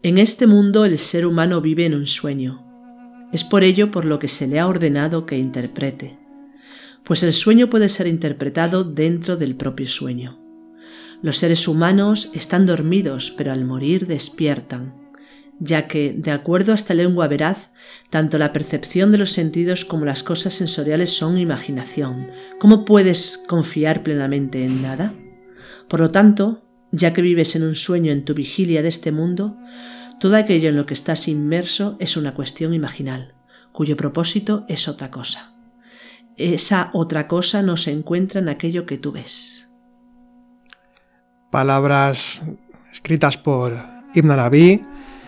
En este mundo el ser humano vive en un sueño. Es por ello por lo que se le ha ordenado que interprete, pues el sueño puede ser interpretado dentro del propio sueño. Los seres humanos están dormidos, pero al morir despiertan, ya que, de acuerdo a esta lengua veraz, tanto la percepción de los sentidos como las cosas sensoriales son imaginación. ¿Cómo puedes confiar plenamente en nada? Por lo tanto, ya que vives en un sueño en tu vigilia de este mundo, todo aquello en lo que estás inmerso es una cuestión imaginal, cuyo propósito es otra cosa. Esa otra cosa no se encuentra en aquello que tú ves. Palabras escritas por Ibn Arabi,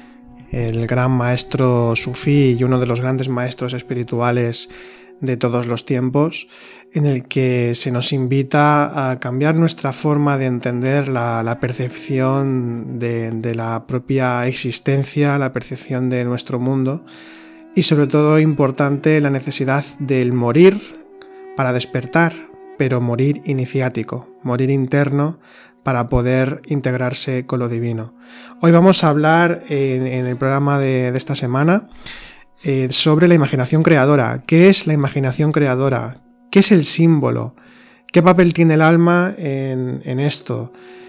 el gran maestro sufí y uno de los grandes maestros espirituales de todos los tiempos, en el que se nos invita a cambiar nuestra forma de entender la percepción de la propia existencia, la percepción de nuestro mundo y sobre todo importante la necesidad del morir para despertar, pero morir iniciático, morir interno para poder integrarse con lo divino. Hoy vamos a hablar en el programa de esta semana sobre la imaginación creadora. ¿Qué es la imaginación creadora? ¿Qué es el símbolo? ¿Qué papel tiene el alma en esto?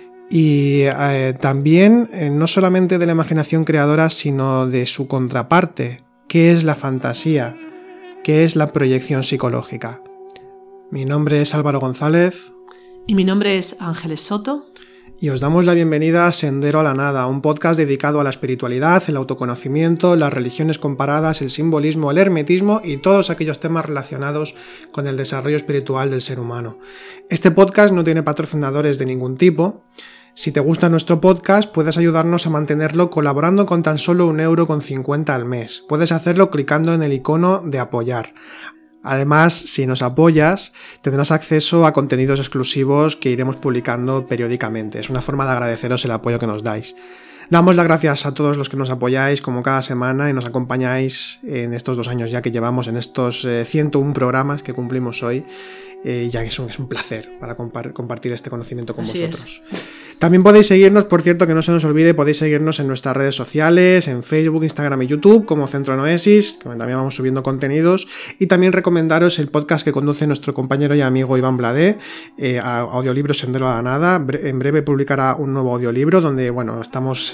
Y también no solamente de la imaginación creadora, sino de su contraparte. ¿Qué es la fantasía? ¿Qué es la proyección psicológica? Mi nombre es Álvaro González. Y mi nombre es Ángeles Soto. Y os damos la bienvenida a Sendero a la Nada, un podcast dedicado a la espiritualidad, el autoconocimiento, las religiones comparadas, el simbolismo, el hermetismo y todos aquellos temas relacionados con el desarrollo espiritual del ser humano. Este podcast no tiene patrocinadores de ningún tipo. Si te gusta nuestro podcast, puedes ayudarnos a mantenerlo colaborando con tan solo 1,50 € al mes. Puedes hacerlo clicando en el icono de apoyar. Además, si nos apoyas, tendrás acceso a contenidos exclusivos que iremos publicando periódicamente. Es una forma de agradeceros el apoyo que nos dais. Damos las gracias a todos los que nos apoyáis como cada semana y nos acompañáis en estos 2 años ya que llevamos en estos 101 programas que cumplimos hoy. Ya que es un placer para compartir este conocimiento con vosotros. También podéis seguirnos, por cierto, que no se nos olvide, podéis seguirnos en nuestras redes sociales, en Facebook, Instagram y YouTube, como Centro Noesis, que también vamos subiendo contenidos, y también recomendaros el podcast que conduce nuestro compañero y amigo Iván Bladé, audiolibro Sendero a la Nada. En breve publicará un nuevo audiolibro donde, estamos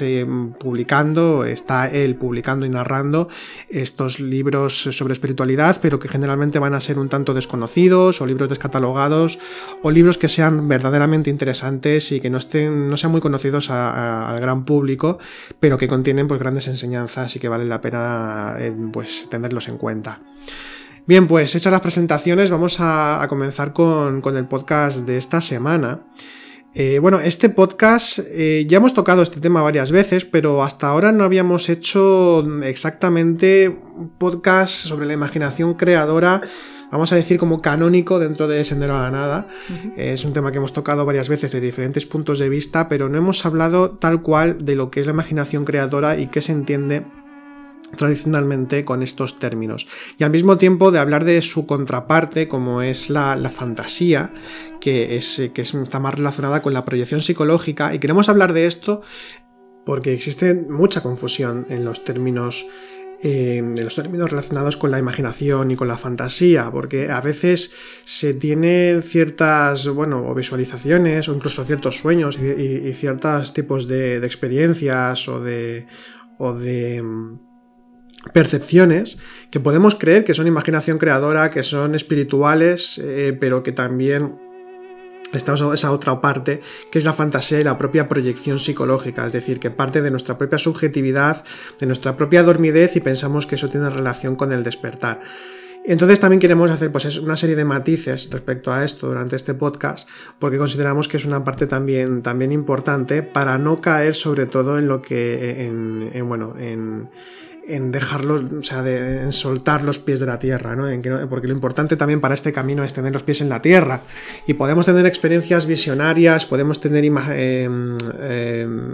está él publicando y narrando estos libros sobre espiritualidad, pero que generalmente van a ser un tanto desconocidos, o libros descatalogados, o libros que sean verdaderamente interesantes y que no sean muy conocidos al gran público, pero que contienen grandes enseñanzas y que vale la pena tenerlos en cuenta. Bien, pues hechas las presentaciones, vamos a comenzar con el podcast de esta semana. Este podcast, ya hemos tocado este tema varias veces, pero hasta ahora no habíamos hecho exactamente un podcast sobre la imaginación creadora, vamos a decir como canónico dentro de Sendero a la Nada. Es un tema que hemos tocado varias veces de diferentes puntos de vista, pero no hemos hablado tal cual de lo que es la imaginación creadora y qué se entiende tradicionalmente con estos términos, y al mismo tiempo de hablar de su contraparte, como es la fantasía, que está más relacionada con la proyección psicológica. Y queremos hablar de esto porque existe mucha confusión en los términos relacionados con la imaginación y con la fantasía, porque a veces se tienen ciertas o visualizaciones o incluso ciertos sueños y ciertos tipos de experiencias o de percepciones que podemos creer que son imaginación creadora, que son espirituales, pero que también está esa otra parte, que es la fantasía y la propia proyección psicológica, es decir, que parte de nuestra propia subjetividad, de nuestra propia dormidez, y pensamos que eso tiene relación con el despertar. Entonces también queremos hacer una serie de matices respecto a esto durante este podcast, porque consideramos que es una parte también importante para no caer sobre todo en lo que en dejarlos, en soltar los pies de la tierra, ¿no? Porque lo importante también para este camino es tener los pies en la tierra, y podemos tener experiencias visionarias, podemos tener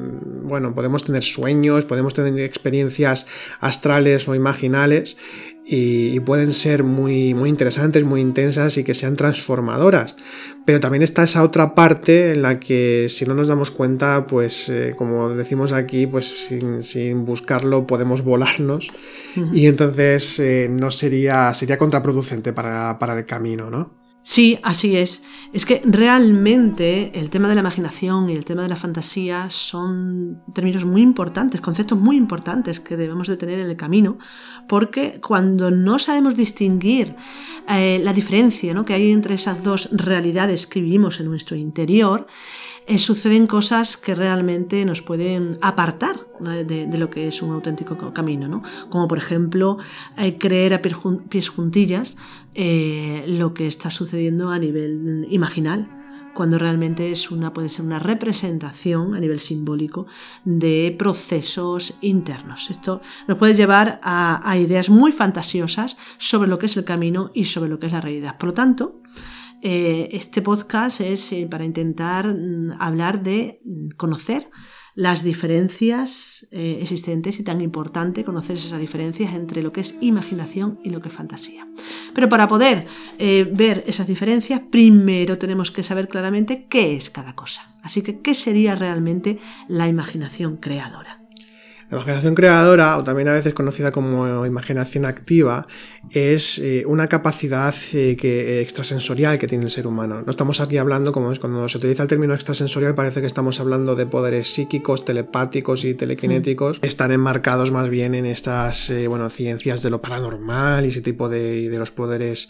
bueno, podemos tener sueños, podemos tener experiencias astrales o imaginales y pueden ser muy, muy interesantes, muy intensas y que sean transformadoras. Pero también está esa otra parte en la que si no nos damos cuenta, pues como decimos aquí, pues sin buscarlo podemos volarnos y entonces no sería contraproducente para el camino, ¿no? Sí, así es. Es que realmente el tema de la imaginación y el tema de la fantasía son términos muy importantes, conceptos muy importantes que debemos de tener en el camino, porque cuando no sabemos distinguir la diferencia, ¿no?, que hay entre esas dos realidades que vivimos en nuestro interior, suceden cosas que realmente nos pueden apartar de lo que es un auténtico camino, ¿no? Como por ejemplo creer a pies juntillas lo que está sucediendo a nivel imaginal, cuando realmente puede ser una representación a nivel simbólico de procesos internos. Esto nos puede llevar a ideas muy fantasiosas sobre lo que es el camino y sobre lo que es la realidad. Por lo tanto, este podcast es para intentar hablar de conocer las diferencias existentes y tan importante conocer esas diferencias entre lo que es imaginación y lo que es fantasía. Pero para poder ver esas diferencias, primero tenemos que saber claramente qué es cada cosa. Así que, ¿qué sería realmente la imaginación creadora? La imaginación creadora, o también a veces conocida como imaginación activa, es una capacidad extrasensorial que tiene el ser humano. No estamos aquí hablando, como es cuando se utiliza el término extrasensorial, parece que estamos hablando de poderes psíquicos, telepáticos y telequinéticos. Están enmarcados más bien en estas ciencias de lo paranormal y ese tipo de los poderes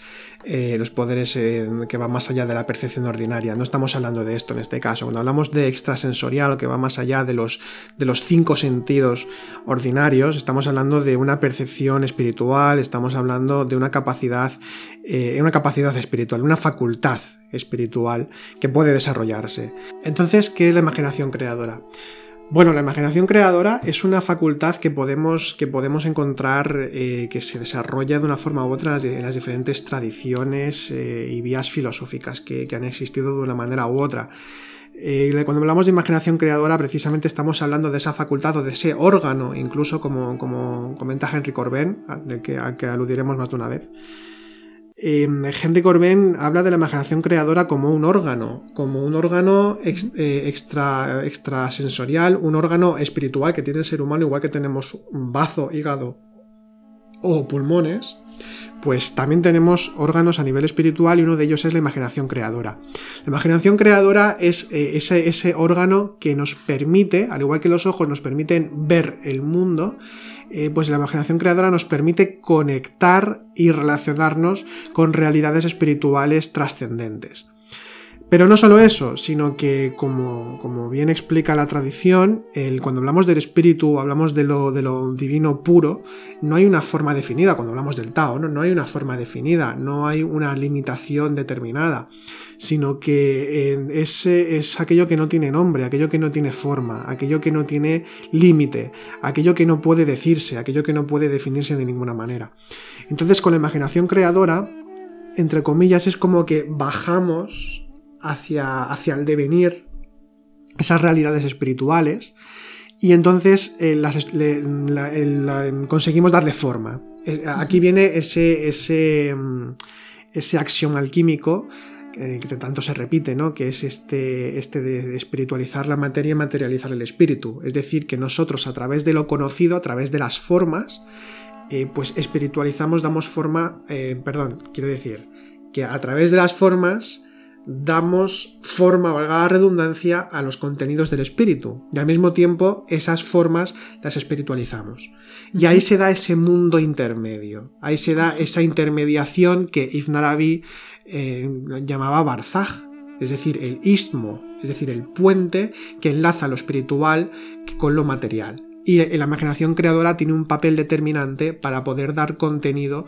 que van más allá de la percepción ordinaria. No estamos hablando de esto en este caso. Cuando hablamos de extrasensorial, que va más allá de los 5 sentidos ordinarios, estamos hablando de una percepción espiritual, estamos hablando de una capacidad espiritual, una facultad espiritual que puede desarrollarse. Entonces, ¿qué es la imaginación creadora? Bueno, la imaginación creadora es una facultad que podemos encontrar que se desarrolla de una forma u otra en las diferentes tradiciones y vías filosóficas que han existido de una manera u otra. Cuando hablamos de imaginación creadora, precisamente estamos hablando de esa facultad o de ese órgano, incluso como comenta Henry Corbin, al que aludiremos más de una vez. Henry Corbin habla de la imaginación creadora como un órgano extrasensorial, un órgano espiritual que tiene el ser humano, igual que tenemos un bazo, hígado o pulmones. Pues también tenemos órganos a nivel espiritual y uno de ellos es la imaginación creadora. La imaginación creadora es ese órgano que nos permite, al igual que los ojos nos permiten ver el mundo, pues la imaginación creadora nos permite conectar y relacionarnos con realidades espirituales trascendentes. Pero no solo eso, sino que, como bien explica la tradición, cuando hablamos del espíritu, hablamos de lo divino puro, no hay una forma definida. Cuando hablamos del Tao, no hay una forma definida, no hay una limitación determinada, sino que es aquello que no tiene nombre, aquello que no tiene forma, aquello que no tiene límite, aquello que no puede decirse, aquello que no puede definirse de ninguna manera. Entonces, con la imaginación creadora, entre comillas, es como que bajamos hacia el devenir, esas realidades espirituales, y entonces conseguimos darle forma. Aquí viene ese axioma alquímico que tanto se repite, ¿no?, que es este de espiritualizar la materia y materializar el espíritu. Es decir, que nosotros a través de lo conocido, a través de las formas, pues espiritualizamos, damos forma, quiero decir que a través de las formas damos forma, valga la redundancia, a los contenidos del espíritu, y al mismo tiempo esas formas las espiritualizamos. Y ahí se da ese mundo intermedio, ahí se da esa intermediación que Ibn Arabi llamaba barzaj, es decir, el istmo, es decir, el puente que enlaza lo espiritual con lo material. Y la imaginación creadora tiene un papel determinante para poder dar contenido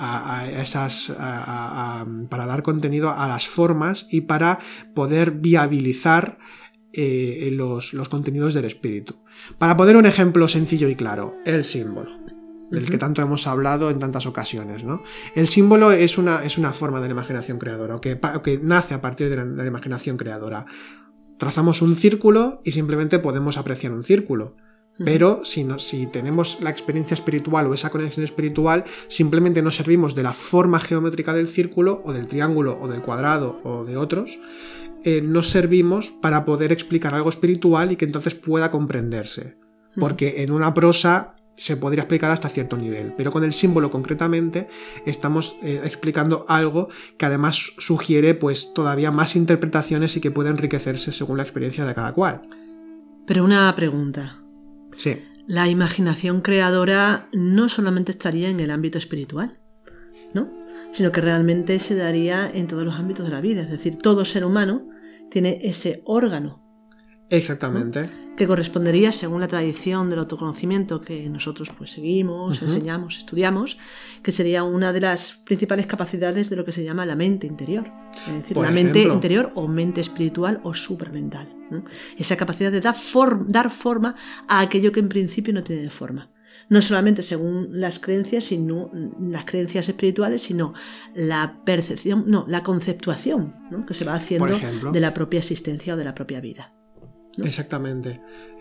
para dar contenido a las formas y para poder viabilizar los contenidos del espíritu. Para poner un ejemplo sencillo y claro, el símbolo, del que tanto hemos hablado en tantas ocasiones, ¿no? El símbolo es una forma de la imaginación creadora, que nace a partir de la imaginación creadora. trazamos un círculo y simplemente podemos apreciar un círculo. Pero si tenemos la experiencia espiritual o esa conexión espiritual, simplemente nos servimos de la forma geométrica del círculo o del triángulo o del cuadrado o de otros, nos servimos para poder explicar algo espiritual y que entonces pueda comprenderse. Porque en una prosa se podría explicar hasta cierto nivel, pero con el símbolo concretamente estamos explicando algo que además sugiere pues todavía más interpretaciones y que puede enriquecerse según la experiencia de cada cual. Pero una pregunta. Sí. La imaginación creadora no solamente estaría en el ámbito espiritual, ¿no? Sino que realmente se daría en todos los ámbitos de la vida. Es decir, todo ser humano tiene ese órgano. Exactamente. ¿No? Que correspondería, según la tradición del autoconocimiento que nosotros pues seguimos, enseñamos, estudiamos, que sería una de las principales capacidades de lo que se llama la mente interior. Es decir, Por la ejemplo, mente interior o mente espiritual o supramental, ¿no? Esa capacidad de dar forma a aquello que en principio no tiene forma. No solamente según las creencias espirituales, sino la percepción, la conceptuación, ¿no? Que se va haciendo de la propia existencia o de la propia vida, ¿no? Exactamente.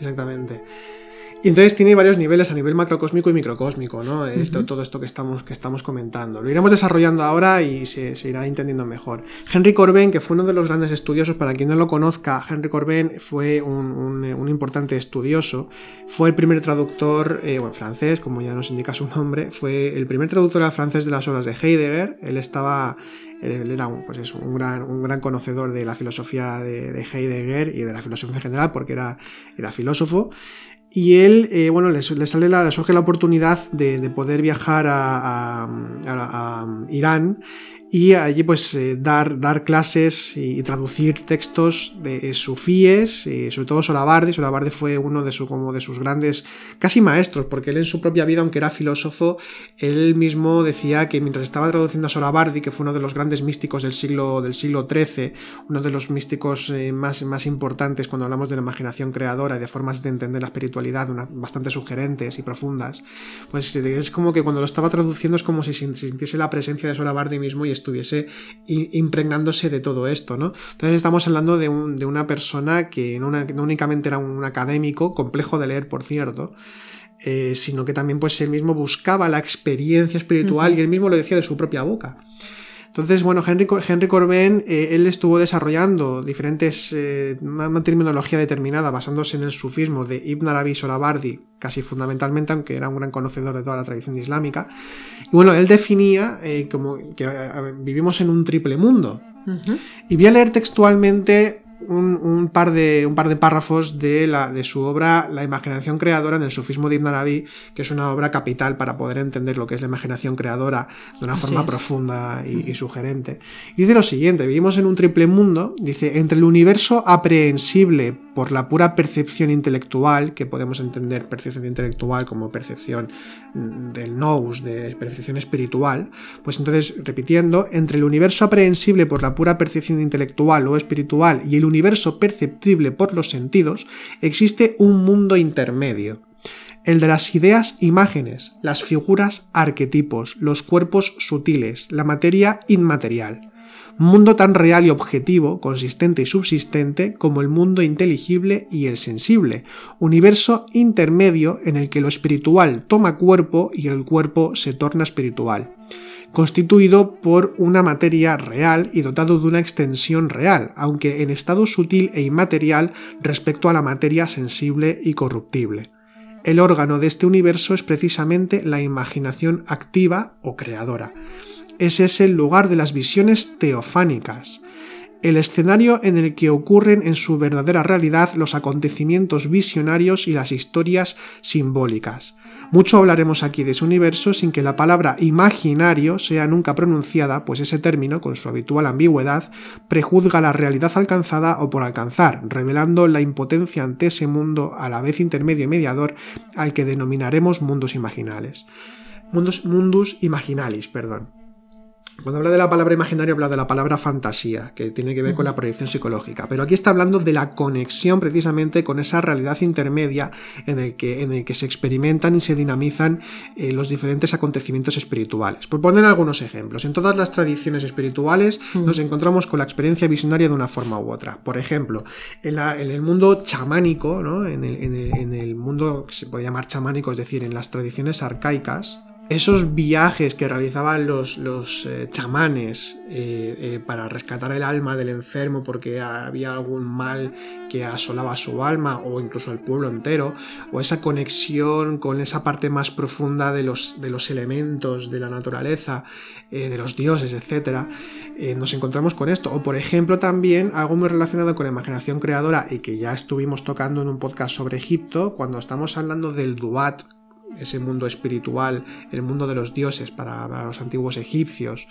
Y entonces tiene varios niveles a nivel macrocósmico y microcósmico, ¿no? Todo esto que estamos comentando. Lo iremos desarrollando ahora y se irá entendiendo mejor. Henry Corbin, que fue uno de los grandes estudiosos, para quien no lo conozca, Henry Corbin fue un importante estudioso. Fue el primer traductor, francés, como ya nos indica su nombre, fue el primer traductor al francés de las obras de Heidegger. Él era un gran conocedor de la filosofía de Heidegger y de la filosofía en general, porque era filósofo. Y él, le surge la oportunidad de poder viajar a Irán y allí pues dar clases y traducir textos de sufíes, sobre todo Sohrawardi. Sohrawardi fue uno de sus grandes casi maestros, porque él en su propia vida, aunque era filósofo, él mismo decía que mientras estaba traduciendo a Sohrawardi, que fue uno de los grandes místicos del siglo XIII, uno de los místicos más importantes cuando hablamos de la imaginación creadora y de formas de entender la espiritualidad bastante sugerentes y profundas, pues es como que cuando lo estaba traduciendo es como si sintiese la presencia de Sohrawardi mismo y estuviese impregnándose de todo esto, ¿no? Entonces estamos hablando de una persona que no únicamente era un académico, complejo de leer por cierto, sino que también pues él mismo buscaba la experiencia espiritual y él mismo lo decía de su propia boca. Entonces, Henry Corbin, él estuvo desarrollando una terminología determinada basándose en el sufismo de Ibn Arabi y Sohrawardi, casi fundamentalmente, aunque era un gran conocedor de toda la tradición islámica. Y él definía como que vivimos en un triple mundo. Y voy a leer textualmente un par de párrafos de su obra La imaginación creadora en el sufismo de Ibn Arabi, que es una obra capital para poder entender lo que es la imaginación creadora de una forma profunda y sugerente. Y dice lo siguiente: vivimos en un triple mundo, dice, entre el universo aprehensible por la pura percepción intelectual, que podemos entender percepción intelectual como percepción del nous, de percepción espiritual, pues entonces, repitiendo, entre el universo aprehensible por la pura percepción intelectual o espiritual y el universo perceptible por los sentidos, existe un mundo intermedio, el de las ideas imágenes, las figuras arquetipos, los cuerpos sutiles, la materia inmaterial. Mundo tan real y objetivo, consistente y subsistente como el mundo inteligible y el sensible, universo intermedio en el que lo espiritual toma cuerpo y el cuerpo se torna espiritual, constituido por una materia real y dotado de una extensión real, aunque en estado sutil e inmaterial respecto a la materia sensible y corruptible. El órgano de este universo es precisamente la imaginación activa o creadora. Ese es el lugar de las visiones teofánicas, el escenario en el que ocurren en su verdadera realidad los acontecimientos visionarios y las historias simbólicas. Mucho hablaremos aquí de ese universo sin que la palabra imaginario sea nunca pronunciada, pues ese término, con su habitual ambigüedad, prejuzga la realidad alcanzada o por alcanzar, revelando la impotencia ante ese mundo a la vez intermedio y mediador al que denominaremos mundus imaginalis. Cuando habla de la palabra imaginario, habla de la palabra fantasía, que tiene que ver con la proyección psicológica. Pero aquí está hablando de la conexión precisamente con esa realidad intermedia en el que se experimentan y se dinamizan los diferentes acontecimientos espirituales. Por poner algunos ejemplos, en todas las tradiciones espirituales nos encontramos con la experiencia visionaria de una forma u otra. Por ejemplo, en el mundo chamánico, ¿no? en el mundo que se puede llamar chamánico, es decir, en las tradiciones arcaicas, esos viajes que realizaban los chamanes para rescatar el alma del enfermo porque había algún mal que asolaba su alma o incluso el pueblo entero, o esa conexión con esa parte más profunda de los elementos de la naturaleza, de los dioses, etc., nos encontramos con esto. O por ejemplo también algo muy relacionado con la imaginación creadora y que ya estuvimos tocando en un podcast sobre Egipto, cuando estamos hablando del Duat, ese mundo espiritual, el mundo de los dioses para los antiguos egipcios,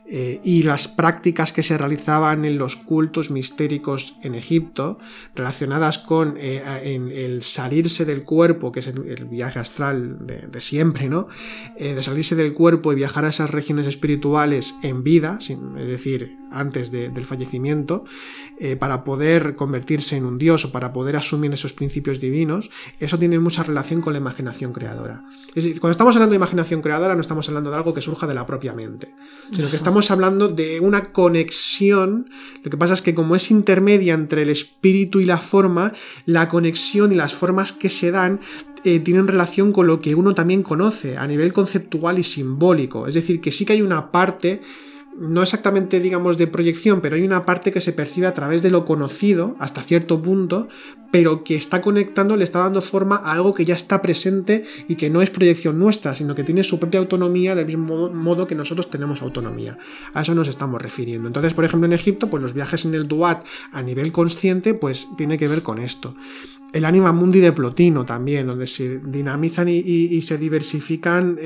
y las prácticas que se realizaban en los cultos mistéricos en Egipto, relacionadas con en el salirse del cuerpo, que es el viaje astral de siempre, ¿no? De salirse del cuerpo y viajar a esas regiones espirituales en vida, es decir, antes del fallecimiento, para poder convertirse en un dios o para poder asumir esos principios divinos. Eso tiene mucha relación con la imaginación creadora. Es decir, cuando estamos hablando de imaginación creadora no estamos hablando de algo que surja de la propia mente, sino que estamos hablando de una conexión. Lo que pasa es que como es intermedia entre el espíritu y la forma, la conexión y las formas que se dan tienen relación con lo que uno también conoce a nivel conceptual y simbólico. Es decir, que sí que hay una parte, no exactamente digamos de proyección, pero hay una parte que se percibe a través de lo conocido hasta cierto punto, pero que está conectando, le está dando forma a algo que ya está presente y que no es proyección nuestra, sino que tiene su propia autonomía del mismo modo que nosotros tenemos autonomía. A eso nos estamos refiriendo. Entonces, por ejemplo, en Egipto, pues los viajes en el Duat a nivel consciente, pues tiene que ver con esto. El Anima Mundi de Plotino también, donde se dinamizan y se diversifican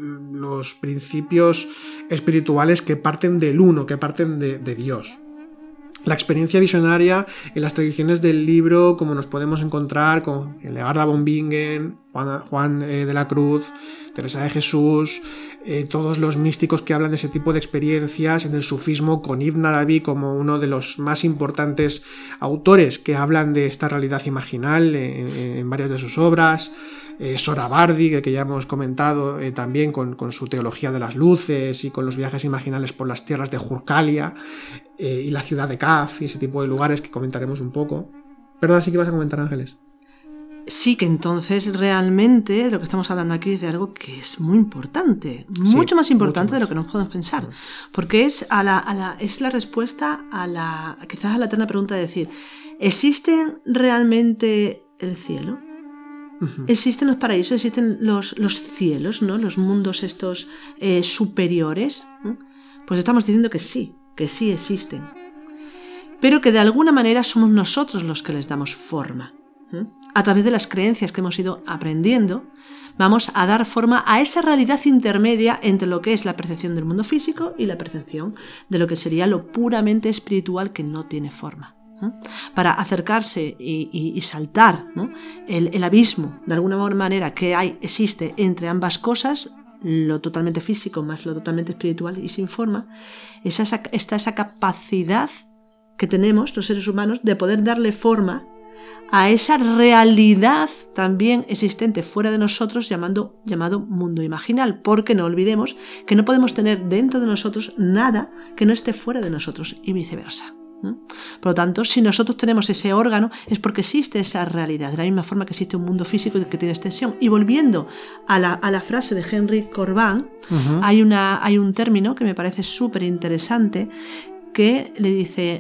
los principios espirituales que parten del uno, que parten de Dios. La experiencia visionaria en las tradiciones del libro, como nos podemos encontrar con Legarda von Bingen, Juan de la Cruz, Teresa de Jesús, todos los místicos que hablan de ese tipo de experiencias, en el sufismo con Ibn Arabi como uno de los más importantes autores que hablan de esta realidad imaginal en varias de sus obras. Sohrawardi, que ya hemos comentado también con su teología de las luces y con los viajes imaginales por las tierras de Jurkalia y la ciudad de Kaf y ese tipo de lugares que comentaremos un poco. ¿Verdad? Sí que vas a comentar, Ángeles. Sí, que entonces realmente de lo que estamos hablando aquí es de algo que es muy importante, mucho más importante de lo que nos podemos pensar, porque es es la respuesta quizás a la eterna pregunta de decir, ¿existe realmente el cielo? ¿Existen los paraísos? ¿Existen los cielos, ¿no? Los mundos estos superiores? Pues estamos diciendo que sí existen, pero que de alguna manera somos nosotros los que les damos forma. A través de las creencias que hemos ido aprendiendo, vamos a dar forma a esa realidad intermedia entre lo que es la percepción del mundo físico y la percepción de lo que sería lo puramente espiritual que no tiene forma. Para acercarse y saltar, ¿no? el abismo, de alguna manera, que existe entre ambas cosas, lo totalmente físico más lo totalmente espiritual y sin forma, está esa capacidad que tenemos los seres humanos de poder darle forma a esa realidad también existente fuera de nosotros llamado mundo imaginal, porque no olvidemos que no podemos tener dentro de nosotros nada que no esté fuera de nosotros y viceversa. Por lo tanto, si nosotros tenemos ese órgano es porque existe esa realidad, de la misma forma que existe un mundo físico que tiene extensión. Y volviendo a la frase de Henry Corbin, hay un término que me parece súper interesante que le dice,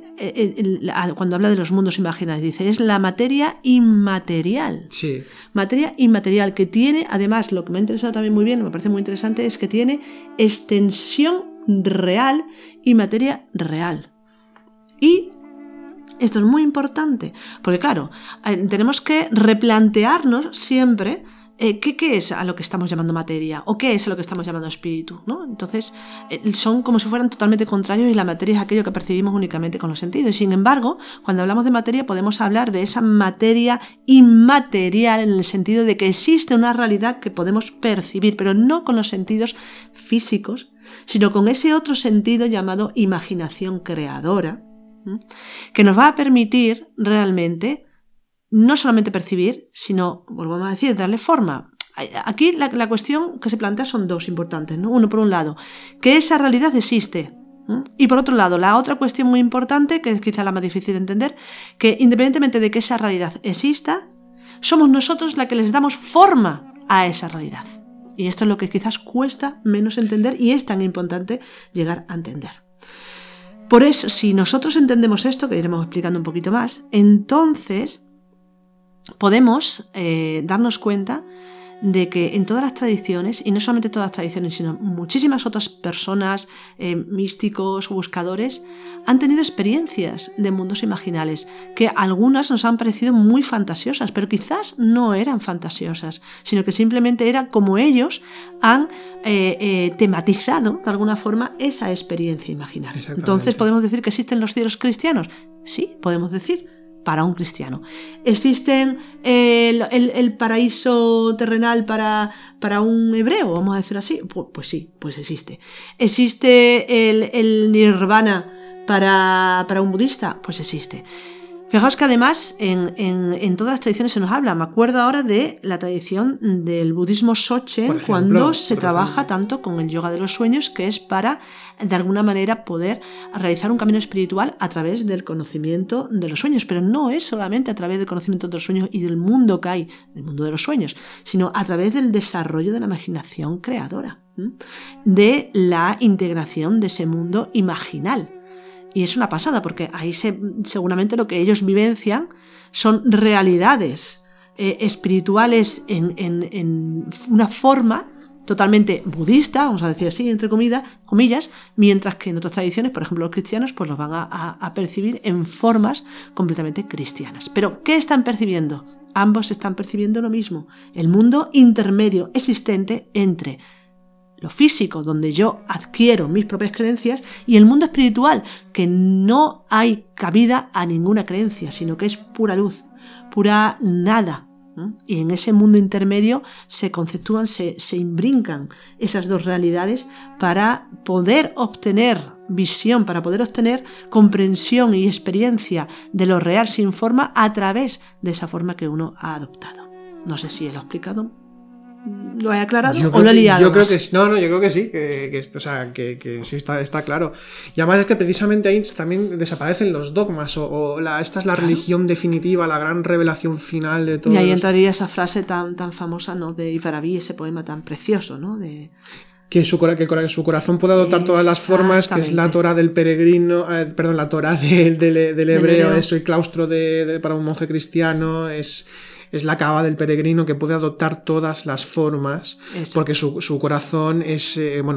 cuando habla de los mundos imaginarios, dice, es la materia inmaterial. Sí. Materia inmaterial que tiene, además, lo que me ha interesado también muy bien, me parece muy interesante, es que tiene extensión real y materia real. Y esto es muy importante, porque claro, tenemos que replantearnos siempre ¿qué es a lo que estamos llamando materia? ¿O qué es a lo que estamos llamando espíritu? ¿No? Entonces, son como si fueran totalmente contrarios y la materia es aquello que percibimos únicamente con los sentidos. Y sin embargo, cuando hablamos de materia podemos hablar de esa materia inmaterial en el sentido de que existe una realidad que podemos percibir, pero no con los sentidos físicos, sino con ese otro sentido llamado imaginación creadora, que nos va a permitir realmente no solamente percibir, sino, volvamos a decir, darle forma. Aquí la cuestión que se plantea son dos importantes, ¿no? Uno, por un lado, que esa realidad existe. Y por otro lado, la otra cuestión muy importante, que es quizá la más difícil de entender, que independientemente de que esa realidad exista, somos nosotros la que les damos forma a esa realidad. Y esto es lo que quizás cuesta menos entender y es tan importante llegar a entender. Por eso, si nosotros entendemos esto, que iremos explicando un poquito más, entonces podemos darnos cuenta de que en todas las tradiciones, y no solamente todas las tradiciones, sino muchísimas otras personas, místicos, buscadores, han tenido experiencias de mundos imaginales, que algunas nos han parecido muy fantasiosas, pero quizás no eran fantasiosas, sino que simplemente era como ellos han tematizado de alguna forma esa experiencia imaginaria. Entonces, ¿podemos decir que existen los cielos cristianos? Sí, podemos decir. Para un cristiano. ¿Existen el paraíso terrenal para un hebreo, vamos a decir así? Pues sí, pues existe. ¿Existe el nirvana para un budista? Pues existe. Fijaos que además en todas las tradiciones se nos habla. Me acuerdo ahora de la tradición del budismo Sochen, cuando se trabaja tanto con el yoga de los sueños, que es para, de alguna manera, poder realizar un camino espiritual a través del conocimiento de los sueños. Pero no es solamente a través del conocimiento de los sueños y del mundo que hay, del mundo de los sueños, sino a través del desarrollo de la imaginación creadora, de la integración de ese mundo imaginal. Y es una pasada, porque ahí seguramente lo que ellos vivencian son realidades espirituales en una forma totalmente budista, vamos a decir así, entre comillas, mientras que en otras tradiciones, por ejemplo los cristianos, pues los van a percibir en formas completamente cristianas. Pero, ¿qué están percibiendo? Ambos están percibiendo lo mismo, el mundo intermedio existente entre lo físico, donde yo adquiero mis propias creencias, y el mundo espiritual, que no hay cabida a ninguna creencia, sino que es pura luz, pura nada. Y en ese mundo intermedio se conceptúan, se imbrincan esas dos realidades para poder obtener visión, para poder obtener comprensión y experiencia de lo real sin forma a través de esa forma que uno ha adoptado. No sé si lo he explicado. ¿Lo he aclarado o lo he liado? Yo creo que sí, que sí está claro. Y además es que precisamente ahí también desaparecen los dogmas esta es la religión definitiva, la gran revelación final de todo. Y ahí entraría esa frase tan famosa, ¿no?, de Ibn Arabi, ese poema tan precioso, ¿no?, de que su corazón puede adoptar todas las formas, que es la Torá del peregrino, la Torá del hebreo, eso, el claustro para un monje cristiano, es la Kaaba del peregrino, que puede adoptar todas las formas. Exacto. Porque su corazón es,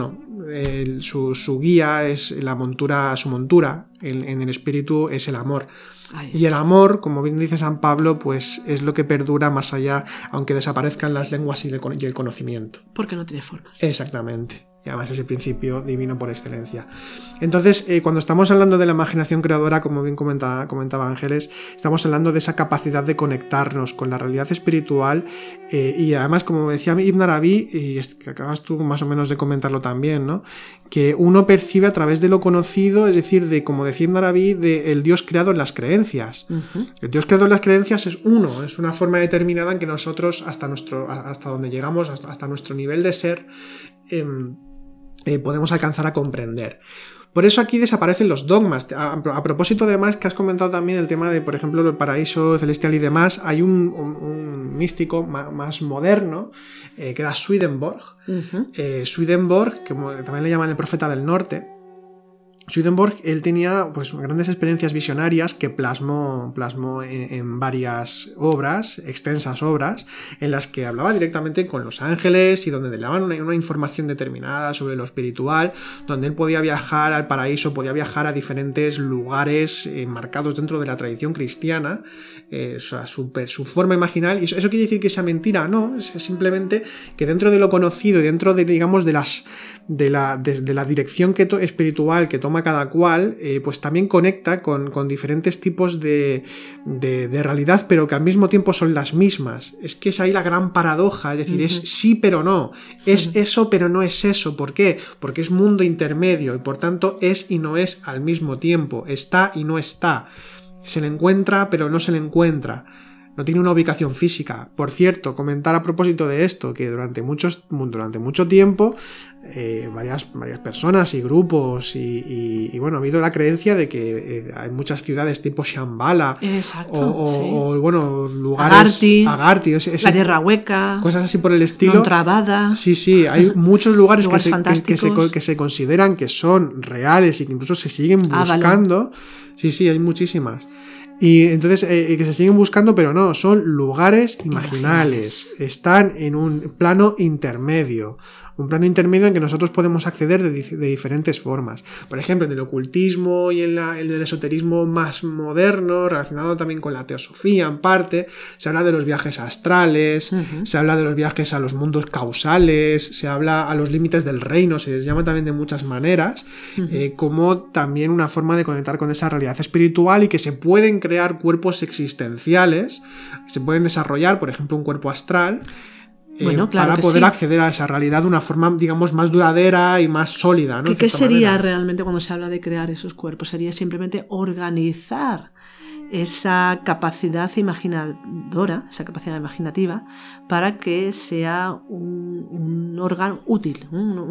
su guía es la montura, su montura en el espíritu es el amor. Y el amor, como bien dice San Pablo, pues es lo que perdura más allá, aunque desaparezcan las lenguas y el conocimiento. Porque no tiene formas. Exactamente. Y además es el principio divino por excelencia. Entonces, cuando estamos hablando de la imaginación creadora, como bien comentaba Ángeles, estamos hablando de esa capacidad de conectarnos con la realidad espiritual, y además, como decía Ibn Arabi, y que acabas tú más o menos de comentarlo también, ¿no?, que uno percibe a través de lo conocido, es decir, como decía Ibn Arabi, del Dios creado en las creencias. Uh-huh. El Dios creado en las creencias es uno, es una forma determinada en que nosotros, hasta donde llegamos, hasta nuestro nivel de ser, podemos alcanzar a comprender. Por eso aquí desaparecen los dogmas. A propósito, además, que has comentado también el tema de, por ejemplo, el paraíso celestial y demás, hay un místico más moderno, que era Swedenborg. Uh-huh. Swedenborg, que también le llaman el profeta del norte, Swedenborg, él tenía pues grandes experiencias visionarias que plasmó en varias obras, extensas obras, en las que hablaba directamente con los ángeles y donde le daban una información determinada sobre lo espiritual, donde él podía viajar al paraíso, podía viajar a diferentes lugares marcados dentro de la tradición cristiana, o sea, su forma imaginal. ¿Y eso quiere decir que sea mentira? No, es simplemente que dentro de lo conocido y dentro de, digamos, de la dirección espiritual que toma cada cual, pues también conecta con diferentes tipos de realidad, pero que al mismo tiempo son las mismas. Es que es ahí la gran paradoja, es decir, es sí pero no, es eso pero no es eso. ¿Por qué? Porque es mundo intermedio y por tanto es y no es al mismo tiempo, está y no está, se le encuentra pero no se le encuentra. No tiene una ubicación física. Por cierto, comentar a propósito de esto, que durante mucho tiempo varias personas y grupos y bueno, ha habido la creencia de que hay muchas ciudades tipo Shambhala. Exacto, o bueno, lugares Agarthy, la Tierra Hueca, cosas así por el estilo. Contrabada. Sí, hay muchos lugares que se consideran que son reales y que incluso se siguen buscando. Sí, hay muchísimas. Y entonces que se siguen buscando, pero no, son lugares imaginales. Están en un plano intermedio. Un plano intermedio en que nosotros podemos acceder de diferentes formas. Por ejemplo, en el ocultismo y en el esoterismo más moderno, relacionado también con la teosofía en parte, se habla de los viajes astrales, se habla de los viajes a los mundos causales, se habla a los límites del reino, se les llama también de muchas maneras, como también una forma de conectar con esa realidad espiritual y que se pueden crear cuerpos existenciales, se pueden desarrollar, por ejemplo, un cuerpo astral, claro, para poder acceder a esa realidad de una forma, digamos, más duradera y más sólida, ¿no? ¿Qué sería realmente cuando se habla de crear esos cuerpos? Sería simplemente organizar esa capacidad imaginadora, esa capacidad imaginativa, para que sea un órgano útil,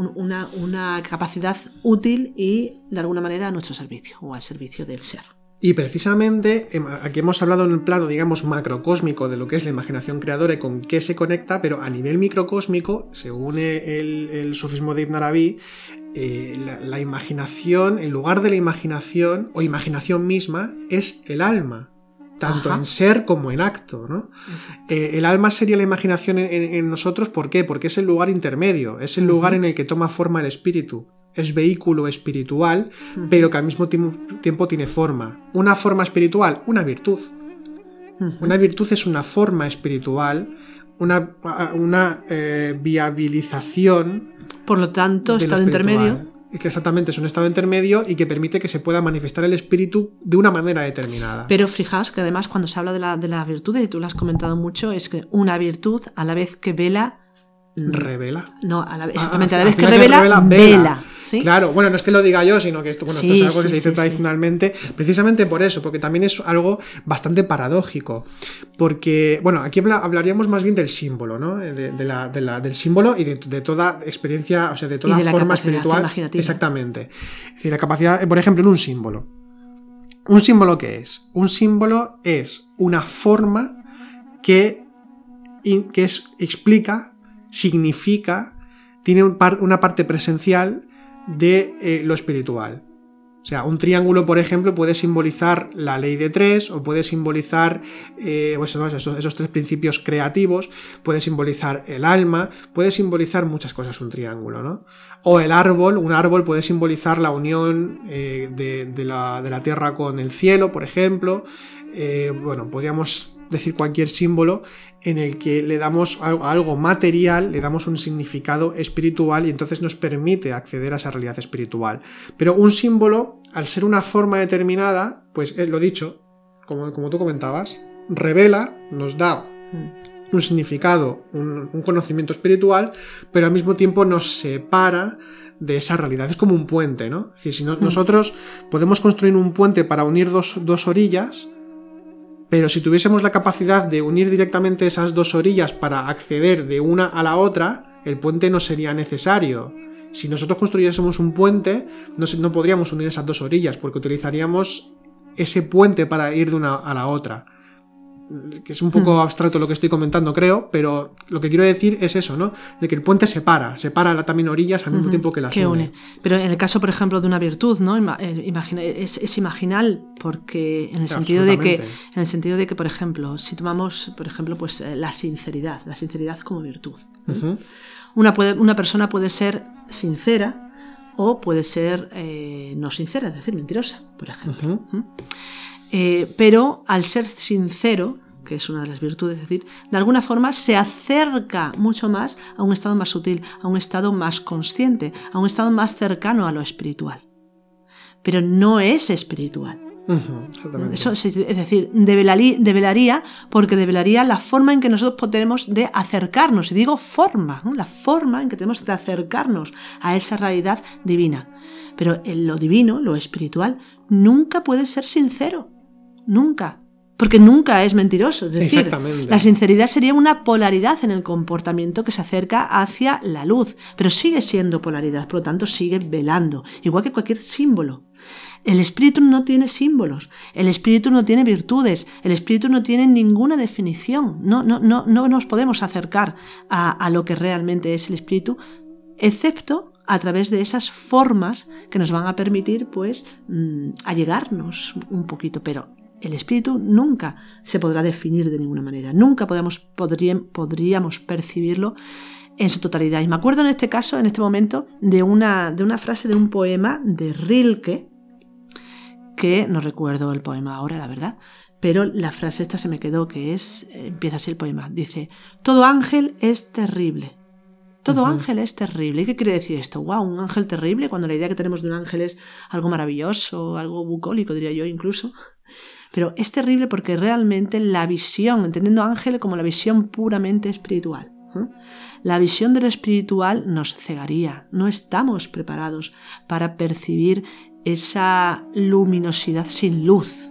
una capacidad útil y de alguna manera a nuestro servicio o al servicio del ser. Y precisamente aquí hemos hablado en el plano, digamos, macrocósmico de lo que es la imaginación creadora y con qué se conecta, pero a nivel microcósmico, según el sufismo de Ibn Arabi, la imaginación, en lugar de la imaginación o imaginación misma, es el alma, tanto en ser como en acto, ¿no? El alma sería la imaginación en nosotros, ¿por qué? Porque es el lugar intermedio, es el lugar en el que toma forma el espíritu. Es vehículo espiritual, pero que al mismo tiempo tiene forma. Una forma espiritual, una virtud. Una virtud es una forma espiritual, una viabilización. Por lo tanto, estado intermedio. Que exactamente es un estado intermedio y que permite que se pueda manifestar el espíritu de una manera determinada. Pero fijaos que además cuando se habla de la virtud, y tú lo has comentado mucho, es que una virtud a la vez que revela. No, exactamente, a la vez que revela, vela. ¿Sí? Claro, bueno, no es que lo diga yo, sino que esto es algo que se dice tradicionalmente, precisamente por eso, porque también es algo bastante paradójico. Porque, bueno, aquí hablaríamos más bien del símbolo, ¿no? Del símbolo y de toda experiencia, o sea, de toda forma espiritual. Imaginativa. Exactamente. Es decir, la capacidad, por ejemplo, en un símbolo. ¿Un símbolo qué es? Un símbolo es una forma que explica, significa, tiene una parte presencial de lo espiritual. O sea, un triángulo, por ejemplo, puede simbolizar la ley de tres, o puede simbolizar esos tres principios creativos, puede simbolizar el alma, puede simbolizar muchas cosas un triángulo, ¿no? O el árbol, un árbol puede simbolizar la unión de la tierra con el cielo, por ejemplo. Podríamos decir cualquier símbolo en el que le damos algo material, le damos un significado espiritual y entonces nos permite acceder a esa realidad espiritual. Pero un símbolo, al ser una forma determinada, pues lo dicho, como tú comentabas, revela, nos da un significado, un conocimiento espiritual, pero al mismo tiempo nos separa de esa realidad. Es como un puente, ¿no? Es decir, si nosotros podemos construir un puente para unir dos orillas, pero si tuviésemos la capacidad de unir directamente esas dos orillas para acceder de una a la otra, el puente no sería necesario. Si nosotros construyésemos un puente, no podríamos unir esas dos orillas, porque utilizaríamos ese puente para ir de una a la otra. que es un poco abstracto lo que estoy comentando, creo, pero lo que quiero decir es eso, ¿no? De que el puente separa también orillas al mismo tiempo que las une. Pero en el caso, por ejemplo, de una virtud, ¿no? Es imaginal, porque en el sentido de que, por ejemplo, si tomamos, por ejemplo, pues la sinceridad como virtud. Una persona puede ser sincera o puede ser no sincera, es decir, mentirosa, por ejemplo. Pero al ser sincero, que es una de las virtudes, es decir, de alguna forma se acerca mucho más a un estado más sutil, a un estado más consciente, a un estado más cercano a lo espiritual. Pero no es espiritual. Eso, es decir, develaría porque develaría la forma en que nosotros tenemos de acercarnos, y digo forma, ¿no? La forma en que tenemos de acercarnos a esa realidad divina. Pero en lo divino, lo espiritual, nunca puede ser sincero, nunca, porque nunca es mentiroso. Es decir, la sinceridad sería una polaridad en el comportamiento que se acerca hacia la luz, pero sigue siendo polaridad, por lo tanto sigue velando, igual que cualquier símbolo. El espíritu no tiene símbolos, el espíritu no tiene virtudes, el espíritu no tiene ninguna definición. No nos podemos acercar a lo que realmente es el espíritu, excepto a través de esas formas que nos van a permitir, pues, allegarnos un poquito. Pero el espíritu nunca se podrá definir de ninguna manera, nunca podríamos percibirlo en su totalidad. Y me acuerdo en este caso, en este momento, de una frase de un poema de Rilke, que no recuerdo el poema ahora, la verdad, pero la frase esta se me quedó, que empieza así el poema, dice: todo ángel es terrible. Todo ángel es terrible. ¿Y qué quiere decir esto? ¡Wow! Un ángel terrible, cuando la idea que tenemos de un ángel es algo maravilloso, algo bucólico, diría yo incluso. Pero es terrible porque realmente la visión, entendiendo ángel como la visión puramente espiritual, la visión de lo espiritual nos cegaría. No estamos preparados para percibir esa luminosidad sin luz,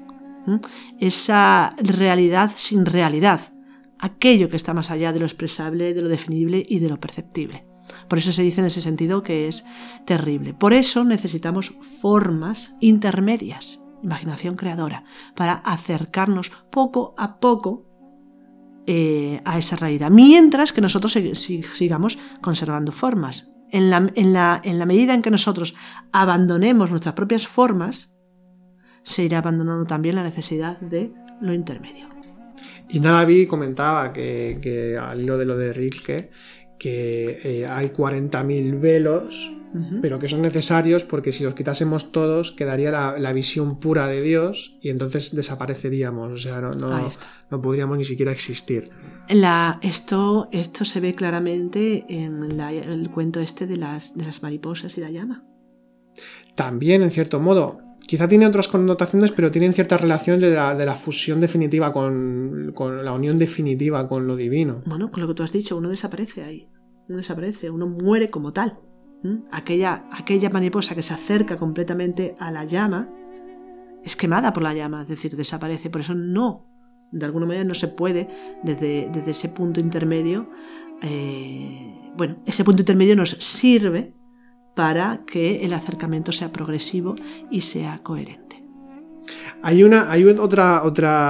esa realidad sin realidad, aquello que está más allá de lo expresable, de lo definible y de lo perceptible. Por eso se dice en ese sentido que es terrible. Por eso necesitamos formas intermedias, imaginación creadora, para acercarnos poco a poco a esa realidad, mientras que nosotros sigamos conservando formas. En la medida en que nosotros abandonemos nuestras propias formas, se irá abandonando también la necesidad de lo intermedio. Y Naravi comentaba que al hilo de lo de Rilke, que hay 40.000 velos, pero que son necesarios porque si los quitásemos todos quedaría la visión pura de Dios y entonces desapareceríamos, o sea, no podríamos ni siquiera existir. Esto se ve claramente en el cuento este de las mariposas y la llama. También, en cierto modo, quizá tiene otras connotaciones, pero tienen cierta relación de la fusión definitiva con la unión definitiva con lo divino. Bueno, con lo que tú has dicho, uno desaparece ahí. Uno muere como tal. Aquella mariposa que se acerca completamente a la llama es quemada por la llama, es decir, desaparece. Por eso de alguna manera no se puede desde ese punto intermedio. Ese punto intermedio nos sirve para que el acercamiento sea progresivo y sea coherente. Hay otro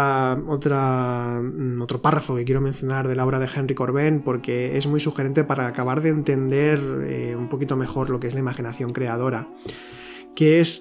párrafo que quiero mencionar de la obra de Henry Corbin porque es muy sugerente para acabar de entender un poquito mejor lo que es la imaginación creadora, que es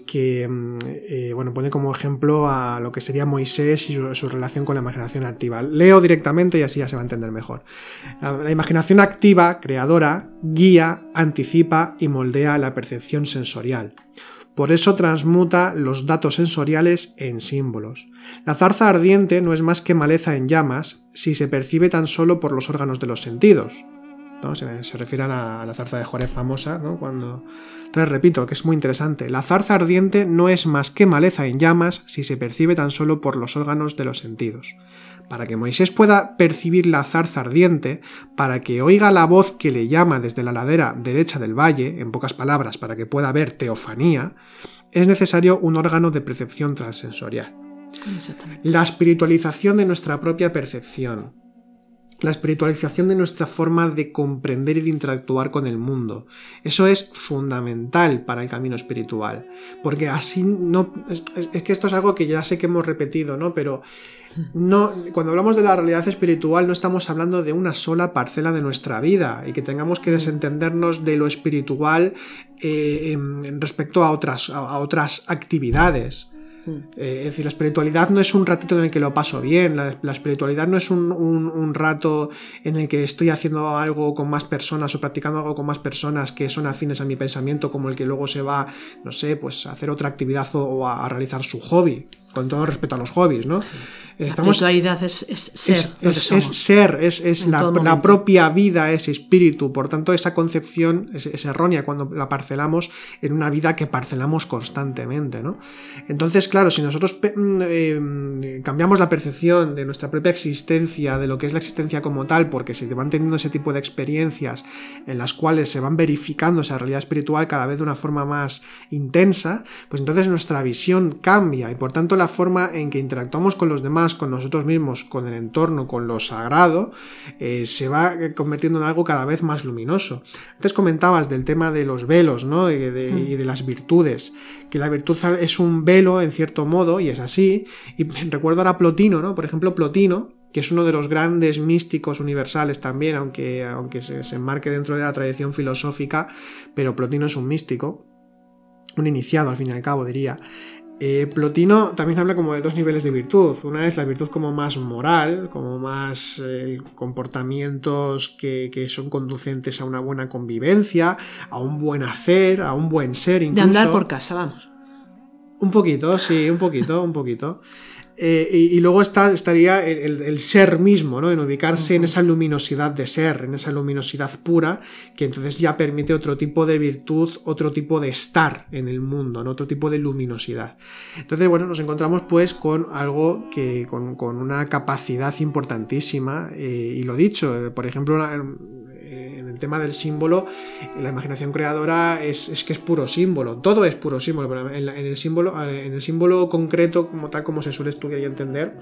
pone como ejemplo a lo que sería Moisés y su relación con la imaginación activa. Leo directamente y así ya se va a entender mejor. La imaginación activa, creadora, guía, anticipa y moldea la percepción sensorial. Por eso transmuta los datos sensoriales en símbolos. La zarza ardiente no es más que maleza en llamas si se percibe tan solo por los órganos de los sentidos, ¿no? Se refiere a la zarza de Joreb famosa, ¿no? Entonces repito, que es muy interesante. La zarza ardiente no es más que maleza en llamas si se percibe tan solo por los órganos de los sentidos. Para que Moisés pueda percibir la zarza ardiente, para que oiga la voz que le llama desde la ladera derecha del valle, en pocas palabras, para que pueda ver teofanía, es necesario un órgano de percepción transsensorial. Exactamente. La espiritualización de nuestra propia percepción. La espiritualización de nuestra forma de comprender y de interactuar con el mundo. Eso es fundamental para el camino espiritual. Porque así no... Es que esto es algo que ya sé que hemos repetido, ¿no? Pero No, cuando hablamos de la realidad espiritual no estamos hablando de una sola parcela de nuestra vida y que tengamos que desentendernos de lo espiritual respecto a otras actividades. Es decir, la espiritualidad no es un ratito en el que lo paso bien, la espiritualidad no es un rato en el que estoy haciendo algo con más personas o practicando algo con más personas que son afines a mi pensamiento, como el que luego se va, no sé, pues a hacer otra actividad o a realizar su hobby, con todo respeto a los hobbies, ¿no? La espiritualidad es ser, es la propia vida, es espíritu. Por tanto, esa concepción es errónea cuando la parcelamos en una vida que parcelamos constantemente, ¿no? Entonces, claro, si nosotros cambiamos la percepción de nuestra propia existencia, de lo que es la existencia como tal, porque se van teniendo ese tipo de experiencias en las cuales se van verificando esa realidad espiritual cada vez de una forma más intensa, pues entonces nuestra visión cambia y por tanto la forma en que interactuamos con los demás, con nosotros mismos, con el entorno, con lo sagrado, se va convirtiendo en algo cada vez más luminoso. Antes comentabas del tema de los velos, ¿no? y de las virtudes, que la virtud es un velo en cierto modo, y es así, y recuerdo ahora a Plotino, ¿no? Por ejemplo, Plotino, que es uno de los grandes místicos universales también, aunque se enmarque dentro de la tradición filosófica, pero Plotino es un místico, un iniciado al fin y al cabo, diría. Plotino también habla como de dos niveles de virtud. Una es la virtud como más moral, como más comportamientos que son conducentes a una buena convivencia, a un buen hacer, a un buen ser incluso. De andar por casa, vamos. Un poquito, sí, un poquito. Y luego estaría el ser mismo, ¿no? En ubicarse en esa luminosidad de ser, en esa luminosidad pura, que entonces ya permite otro tipo de virtud, otro tipo de estar en el mundo, ¿no? Otro tipo de luminosidad. Entonces, bueno, nos encontramos pues con algo que con una capacidad importantísima, y lo dicho, por ejemplo, en el tema del símbolo, la imaginación creadora es que es puro símbolo, todo es puro símbolo, pero en el símbolo concreto, como tal como se suele estudiar y entender,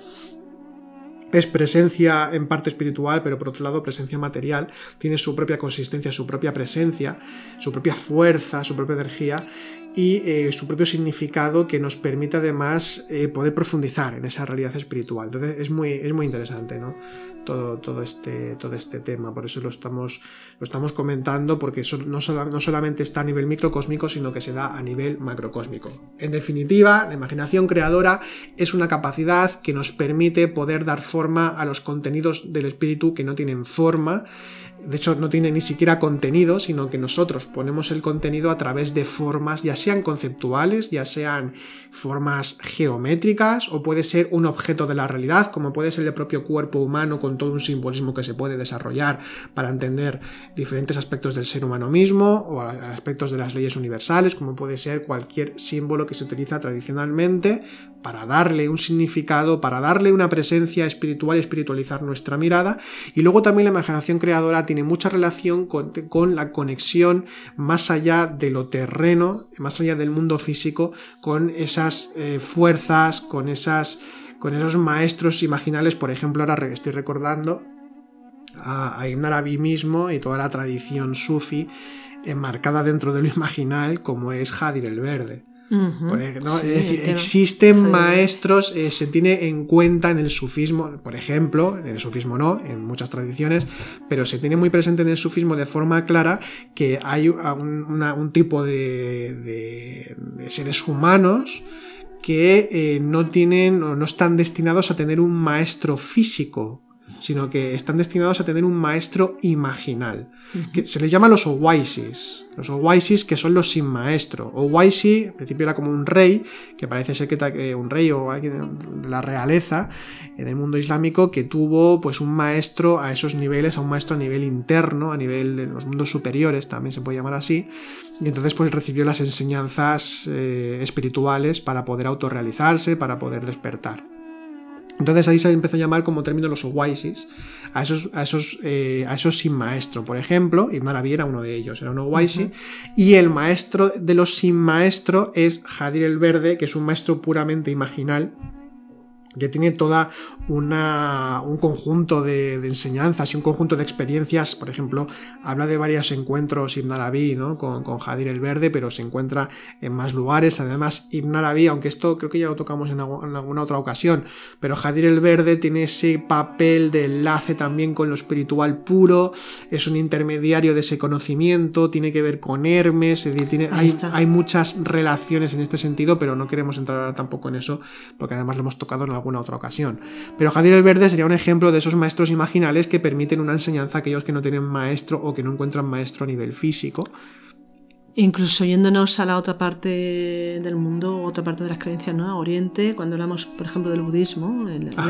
es presencia en parte espiritual, pero por otro lado presencia material, tiene su propia consistencia, su propia presencia, su propia fuerza, su propia energía y su propio significado que nos permite además poder profundizar en esa realidad espiritual. Entonces es muy interesante, ¿no? Todo este tema, por eso lo estamos comentando, porque no solamente está a nivel microcósmico, sino que se da a nivel macrocósmico. En definitiva, la imaginación creadora es una capacidad que nos permite poder dar forma a los contenidos del espíritu que no tienen forma. De hecho, no tiene ni siquiera contenido, sino que nosotros ponemos el contenido a través de formas, ya sean conceptuales, ya sean formas geométricas, o puede ser un objeto de la realidad, como puede ser el propio cuerpo humano con todo un simbolismo que se puede desarrollar para entender diferentes aspectos del ser humano mismo, o aspectos de las leyes universales, como puede ser cualquier símbolo que se utiliza tradicionalmente para darle un significado, para darle una presencia espiritual y espiritualizar nuestra mirada. Y luego también la imaginación creadora tiene mucha relación con la conexión más allá de lo terreno, más allá del mundo físico, con esas fuerzas, con esos maestros imaginales. Por ejemplo, ahora estoy recordando a Ibn Arabi mismo y toda la tradición sufi enmarcada dentro de lo imaginal, como es Hadir el Verde. ¿no? Sí, es decir, existen maestros, se tiene en cuenta en el sufismo, por ejemplo, en el sufismo no, en muchas tradiciones, pero se tiene muy presente en el sufismo de forma clara que hay un tipo de seres humanos que no están destinados a tener un maestro físico, sino que están destinados a tener un maestro imaginal, que se les llama los owaisis, que son los sin maestro. Owaisi, al principio era como un rey, que parece ser que un rey o alguien de la realeza del mundo islámico, que tuvo pues un maestro a esos niveles, a un maestro a nivel interno, a nivel de los mundos superiores, también se puede llamar así, y entonces pues recibió las enseñanzas espirituales para poder autorrealizarse, para poder despertar. Entonces ahí se empezó a llamar como término los owaisis a esos sin maestro. Por ejemplo, Ibn Arabi era uno de ellos, era un owaisi, y el maestro de los sin maestro es Hadir el Verde, que es un maestro puramente imaginal, que tiene toda un conjunto de enseñanzas y un conjunto de experiencias. Por ejemplo, habla de varios encuentros Ibn Arabi, ¿no? con Hadir el Verde, pero se encuentra en más lugares. Además, Ibn Arabi, aunque esto creo que ya lo tocamos en alguna otra ocasión, pero Hadir el Verde tiene ese papel de enlace también con lo espiritual puro, es un intermediario de ese conocimiento, tiene que ver con Hermes, es decir, hay muchas relaciones en este sentido, pero no queremos entrar ahora tampoco en eso, porque además lo hemos tocado en alguna otra ocasión. Pero Hadir el Verde sería un ejemplo de esos maestros imaginales que permiten una enseñanza a aquellos que no tienen maestro o que no encuentran maestro a nivel físico. Incluso yéndonos a la otra parte del mundo, otra parte de las creencias, ¿no? A Oriente, cuando hablamos, por ejemplo, del budismo,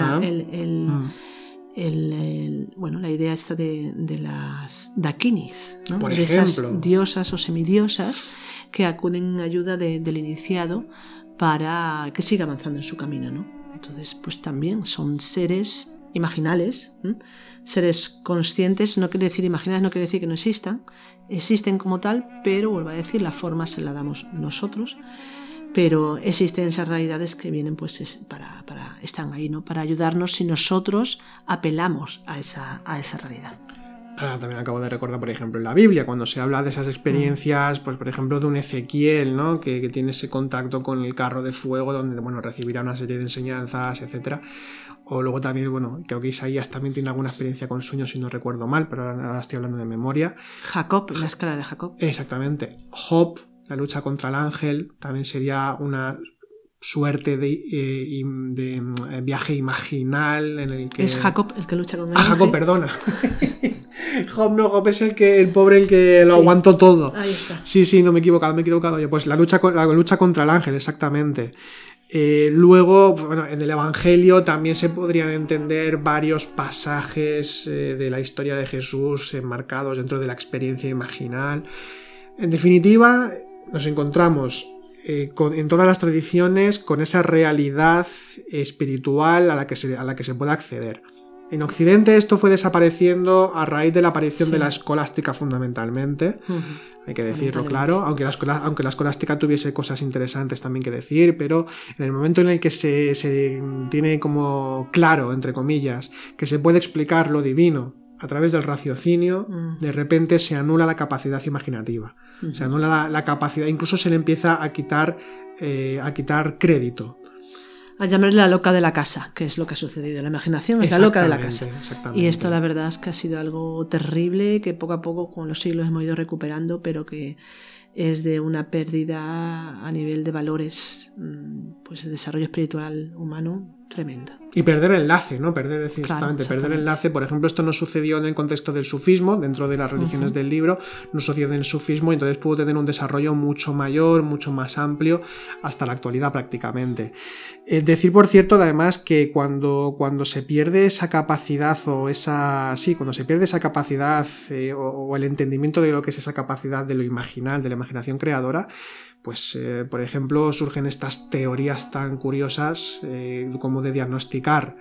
la idea esta de las dakinis, ¿no? Por de ejemplo, esas diosas o semidiosas que acuden en ayuda del iniciado para que siga avanzando en su camino, ¿no? Entonces, pues también son seres imaginales, seres conscientes. No quiere decir imaginales, no quiere decir que no existan, existen como tal, pero vuelvo a decir, la forma se la damos nosotros, pero existen esas realidades que vienen pues están ahí, ¿no? Para ayudarnos si nosotros apelamos a esa realidad. Ahora también acabo de recordar, por ejemplo, en la Biblia, cuando se habla de esas experiencias, pues por ejemplo de un Ezequiel, ¿no? que tiene ese contacto con el carro de fuego, donde recibirá una serie de enseñanzas, etcétera. O luego también, creo que Isaías también tiene alguna experiencia con sueños, si no recuerdo mal, pero ahora estoy hablando de memoria. Jacob, la escala de Jacob. Exactamente. Job, la lucha contra el ángel, también sería una suerte de viaje imaginal en el que... Es Jacob el que lucha con el ángel. Jacob, perdona. Job es el pobre el que lo aguantó todo. Ahí está. Sí, no me he equivocado. Oye, pues la lucha contra el ángel, exactamente. Luego, en el Evangelio también se podrían entender varios pasajes de la historia de Jesús enmarcados dentro de la experiencia imaginal. En definitiva, nos encontramos en todas las tradiciones con esa realidad espiritual a la que se puede acceder. En Occidente esto fue desapareciendo a raíz de la aparición de la escolástica fundamentalmente, hay que decirlo claro, aunque la escolástica tuviese cosas interesantes también que decir, pero en el momento en el que se tiene como claro, entre comillas, que se puede explicar lo divino a través del raciocinio, de repente se anula la capacidad imaginativa, se anula la capacidad, incluso se le empieza a quitar crédito. A llamarle la loca de la casa, que es lo que ha sucedido. La imaginación es la loca de la casa. Y esto la verdad es que ha sido algo terrible, que poco a poco con los siglos hemos ido recuperando, pero que es de una pérdida a nivel de valores, pues de desarrollo espiritual humano tremenda. Y perder el enlace, ¿no? Perder el enlace. Por ejemplo, esto no sucedió en el contexto del sufismo, dentro de las religiones del libro, no sucedió en el sufismo, y entonces pudo tener un desarrollo mucho mayor, mucho más amplio, hasta la actualidad prácticamente. Decir, por cierto, además, que cuando se pierde esa capacidad cuando se pierde esa capacidad o el entendimiento de lo que es esa capacidad de lo imaginal, de la imaginación creadora, pues, por ejemplo, surgen estas teorías tan curiosas como de diagnosticar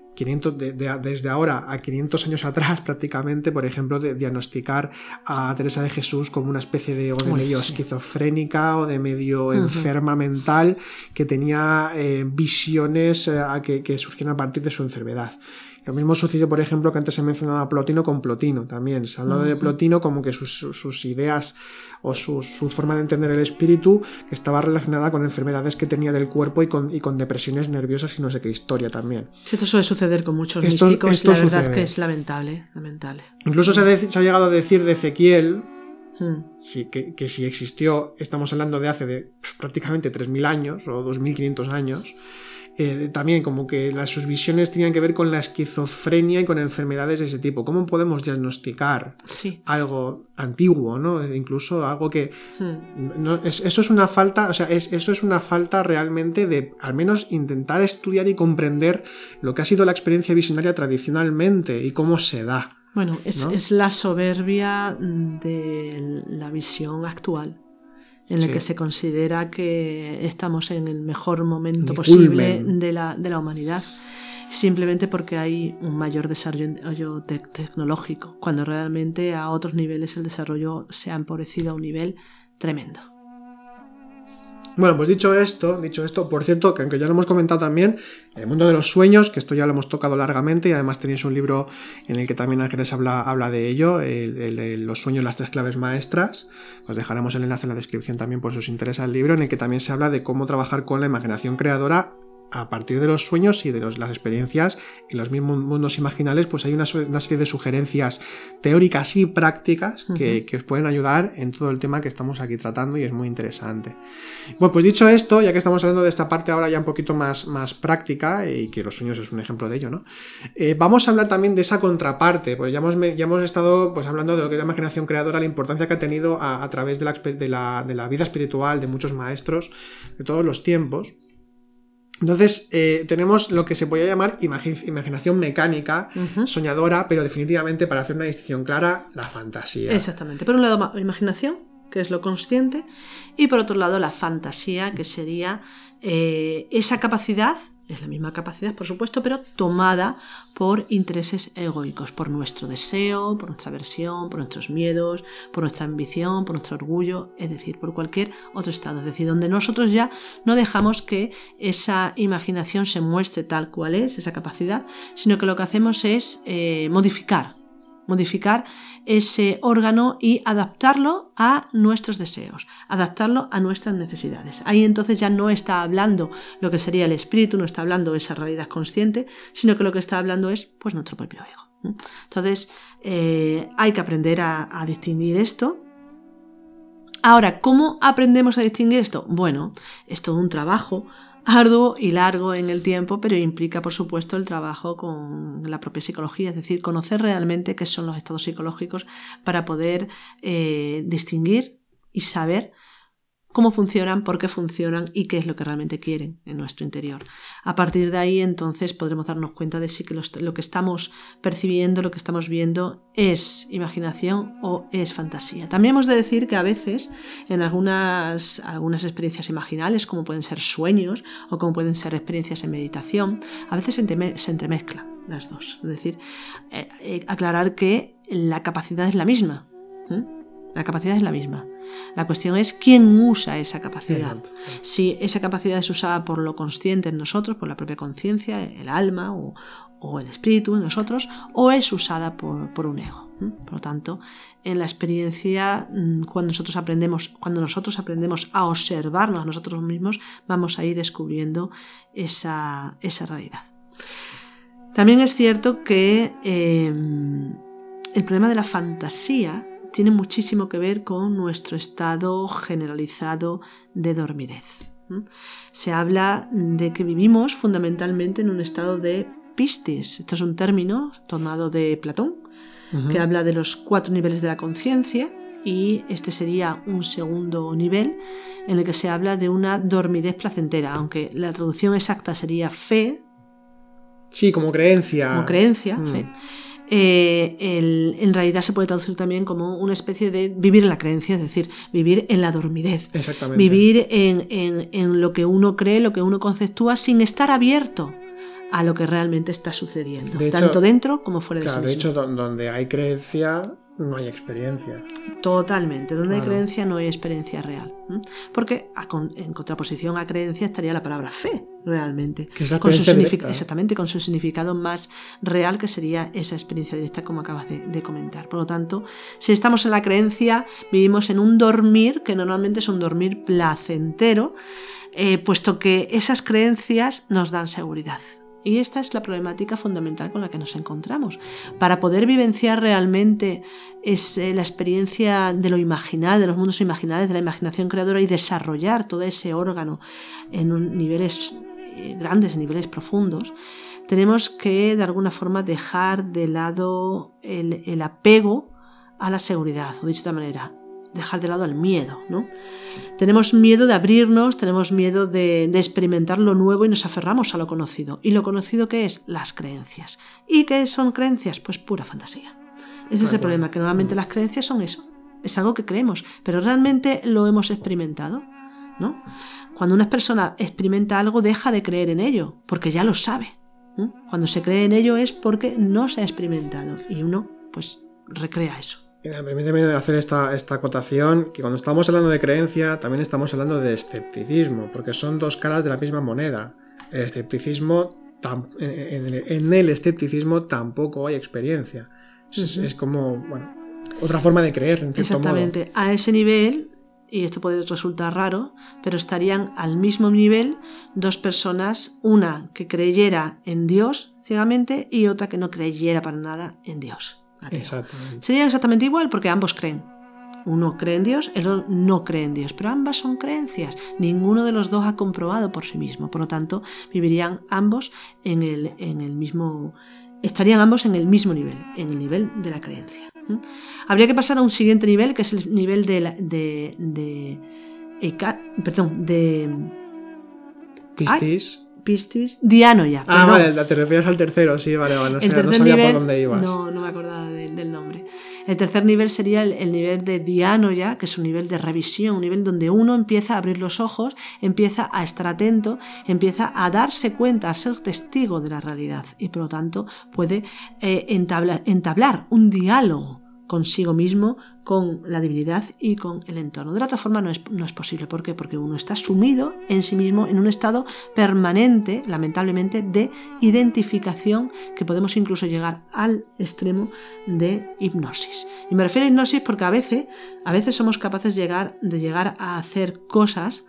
desde ahora a 500 años atrás prácticamente, por ejemplo, de diagnosticar a Teresa de Jesús como una especie de medio esquizofrénica o de medio enferma mental que tenía visiones que surgían a partir de su enfermedad. Lo mismo sucedió, por ejemplo, que antes se mencionaba a Plotino con Plotino también. Se ha hablado de Plotino como que sus ideas o su forma de entender el espíritu que estaba relacionada con enfermedades que tenía del cuerpo y con depresiones nerviosas y no sé qué historia también. Sí, esto suele suceder con muchos místicos y la verdad es que es lamentable. Incluso se ha llegado a decir de Ezequiel que si existió, estamos hablando de hace prácticamente 3.000 años o 2.500 años, también como que sus visiones tenían que ver con la esquizofrenia y con enfermedades de ese tipo. ¿Cómo podemos diagnosticar algo antiguo, ¿no? Incluso algo que eso es una falta, eso es una falta realmente de al menos intentar estudiar y comprender lo que ha sido la experiencia visionaria tradicionalmente y cómo se da. Bueno, es la soberbia de la visión actual, en el que se considera que estamos en el mejor momento posible de la humanidad, simplemente porque hay un mayor desarrollo tecnológico, cuando realmente a otros niveles el desarrollo se ha empobrecido a un nivel tremendo. Bueno, pues dicho esto, por cierto, que aunque ya lo hemos comentado también, el mundo de los sueños, que esto ya lo hemos tocado largamente, y además tenéis un libro en el que también Ángeles habla de ello, los sueños, las 3 claves maestras. Os dejaremos el enlace en la descripción también por si os interesa el libro, en el que también se habla de cómo trabajar con la imaginación creadora a partir de los sueños y de las experiencias y los mismos mundos imaginales. Pues hay una serie de sugerencias teóricas y prácticas que os pueden ayudar en todo el tema que estamos aquí tratando, y es muy interesante. Bueno, pues dicho esto, ya que estamos hablando de esta parte ahora ya un poquito más práctica, y que los sueños es un ejemplo de ello, ¿no? Vamos a hablar también de esa contraparte, pues ya hemos estado pues hablando de lo que es la imaginación creadora, la importancia que ha tenido a través de la vida espiritual de muchos maestros de todos los tiempos. Entonces, tenemos lo que se podría llamar imaginación mecánica, soñadora, pero definitivamente, para hacer una distinción clara, la fantasía. Exactamente. Por un lado, imaginación, que es lo consciente, y por otro lado, la fantasía, que sería esa capacidad, es la misma capacidad, por supuesto, pero tomada por intereses egoicos, por nuestro deseo, por nuestra aversión, por nuestros miedos, por nuestra ambición, por nuestro orgullo, es decir, por cualquier otro estado, es decir, donde nosotros ya no dejamos que esa imaginación se muestre tal cual es, esa capacidad, sino que lo que hacemos es modificar ese órgano y adaptarlo a nuestros deseos, adaptarlo a nuestras necesidades. Ahí entonces ya no está hablando lo que sería el espíritu, no está hablando esa realidad consciente, sino que lo que está hablando es pues nuestro propio ego. Entonces hay que aprender a distinguir esto. Ahora, ¿cómo aprendemos a distinguir esto? Bueno, es todo un trabajo arduo y largo en el tiempo, pero implica, por supuesto, el trabajo con la propia psicología, es decir, conocer realmente qué son los estados psicológicos para poder distinguir y saber cómo funcionan, por qué funcionan y qué es lo que realmente quieren en nuestro interior. A partir de ahí, entonces, podremos darnos cuenta de si que lo que estamos percibiendo, lo que estamos viendo, es imaginación o es fantasía. También hemos de decir que a veces, en algunas experiencias imaginales, como pueden ser sueños o como pueden ser experiencias en meditación, a veces se entremezclan las dos. Es decir, aclarar que la capacidad es la misma. La capacidad es la misma. La cuestión es quién usa esa capacidad. Si esa capacidad es usada por lo consciente en nosotros, por la propia conciencia, el alma o el espíritu en nosotros, o es usada por un ego. Por lo tanto, en la experiencia, cuando nosotros aprendemos a observarnos a nosotros mismos, vamos a ir descubriendo esa realidad. También es cierto que el problema de la fantasía tiene muchísimo que ver con nuestro estado generalizado de dormidez. Se habla de que vivimos fundamentalmente en un estado de pistis. Esto es un término tomado de Platón, que habla de los 4 niveles de la conciencia, y este sería un segundo nivel en el que se habla de una dormidez placentera, aunque la traducción exacta sería fe. Sí, como creencia. Fe. En realidad se puede traducir también como una especie de vivir en la creencia, es decir, vivir en la dormidez. Exactamente. Vivir en lo que uno cree, lo que uno conceptúa, sin estar abierto a lo que realmente está sucediendo, tanto dentro como fuera de sí mismo. De hecho, donde hay creencia no hay experiencia. Totalmente, donde hay creencia no hay experiencia real. Porque en contraposición a creencia estaría la palabra fe, realmente. Que es la creencia directa. Exactamente, con su significado más real, que sería esa experiencia directa, como acabas de comentar. Por lo tanto, si estamos en la creencia, vivimos en un dormir, que normalmente es un dormir placentero, puesto que esas creencias nos dan seguridad. Y esta es la problemática fundamental con la que nos encontramos. Para poder vivenciar realmente la experiencia de lo imaginal, de los mundos imaginales, de la imaginación creadora, y desarrollar todo ese órgano en niveles grandes, en niveles profundos, tenemos que de alguna forma dejar de lado el apego a la seguridad, o dicho de otra manera, dejar de lado el miedo, ¿no? Tenemos miedo de abrirnos, tenemos miedo de experimentar lo nuevo y nos aferramos a lo conocido. ¿Y lo conocido qué es? Las creencias. ¿Y qué son creencias? Pues pura fantasía. Ese es el problema, que normalmente las creencias son eso. Es algo que creemos, pero ¿realmente lo hemos experimentado? ¿No? Cuando una persona experimenta algo, deja de creer en ello, porque ya lo sabe. Cuando se cree en ello es porque no se ha experimentado, y uno pues recrea eso. Permíteme hacer esta acotación, que cuando estamos hablando de creencia también estamos hablando de escepticismo, porque son dos caras de la misma moneda. El escepticismo, en el escepticismo tampoco hay experiencia. Es como, bueno, otra forma de creer, en cierto modo. Exactamente. A ese nivel, y esto puede resultar raro, pero estarían al mismo nivel dos personas, una que creyera en Dios ciegamente y otra que no creyera para nada en Dios. Exactamente. Sería exactamente igual porque ambos creen. Uno cree en Dios, el otro no cree en Dios, pero ambas son creencias. Ninguno de los dos ha comprobado por sí mismo. Por lo tanto, vivirían ambos en el mismo... Estarían ambos en el mismo nivel, en el nivel de la creencia. Habría que pasar a un siguiente nivel, que es el nivel Piscis, Dianoia. Vale, te refieres al tercero, sí, vale, no sabía por dónde ibas. No me acordaba del nombre. El tercer nivel sería el nivel de Dianoia, que es un nivel de revisión, un nivel donde uno empieza a abrir los ojos, empieza a estar atento, empieza a darse cuenta, a ser testigo de la realidad y por lo tanto puede entablar un diálogo consigo mismo, con la divinidad y con el entorno. De la otra forma no es posible. ¿Por qué? Porque uno está sumido en sí mismo en un estado permanente, lamentablemente, de identificación, que podemos incluso llegar al extremo de hipnosis. Y me refiero a hipnosis porque a veces somos capaces de llegar a hacer cosas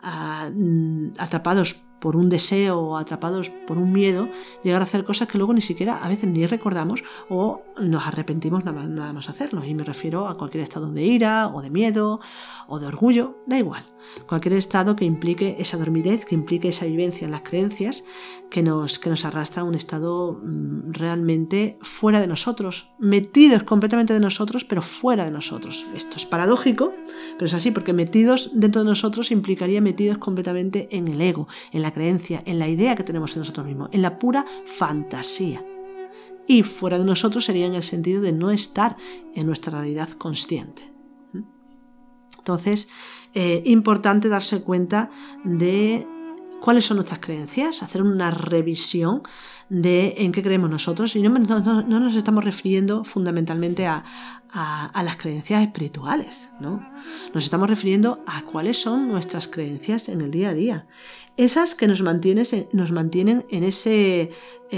atrapados por un deseo o atrapados por un miedo, llegar a hacer cosas que luego ni siquiera a veces ni recordamos o nos arrepentimos nada más hacerlo. Y me refiero a cualquier estado de ira o de miedo o de orgullo, da igual. Cualquier estado que implique esa dormidez, que implique esa vivencia en las creencias, que nos arrastra a un estado realmente fuera de nosotros, metidos completamente de nosotros, pero fuera de nosotros. Esto es paradójico, pero es así, porque metidos dentro de nosotros implicaría metidos completamente en el ego, en la creencia, en la idea que tenemos de nosotros mismos, en la pura fantasía. Y fuera de nosotros sería en el sentido de no estar en nuestra realidad consciente. Entonces, importante darse cuenta de cuáles son nuestras creencias, hacer una revisión de en qué creemos nosotros. Y no nos estamos refiriendo fundamentalmente a las creencias espirituales, ¿no? Nos estamos refiriendo a cuáles son nuestras creencias en el día a día. Esas que nos mantienen en ese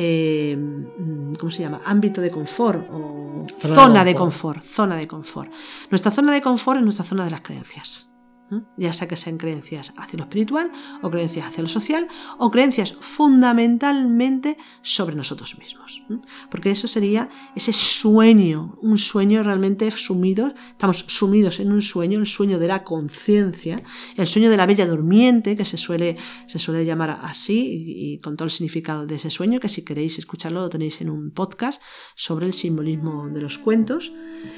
¿cómo se llama? Ámbito de confort o zona de confort. Nuestra zona de confort es nuestra zona de las creencias. Ya sea que sean creencias hacia lo espiritual o creencias hacia lo social o creencias fundamentalmente sobre nosotros mismos, porque eso sería ese sueño, un sueño realmente sumidos, estamos sumidos en un sueño, el sueño de la conciencia, el sueño de la bella durmiente, que se suele llamar así, y con todo el significado de ese sueño, que si queréis escucharlo lo tenéis en un podcast sobre el simbolismo de los cuentos.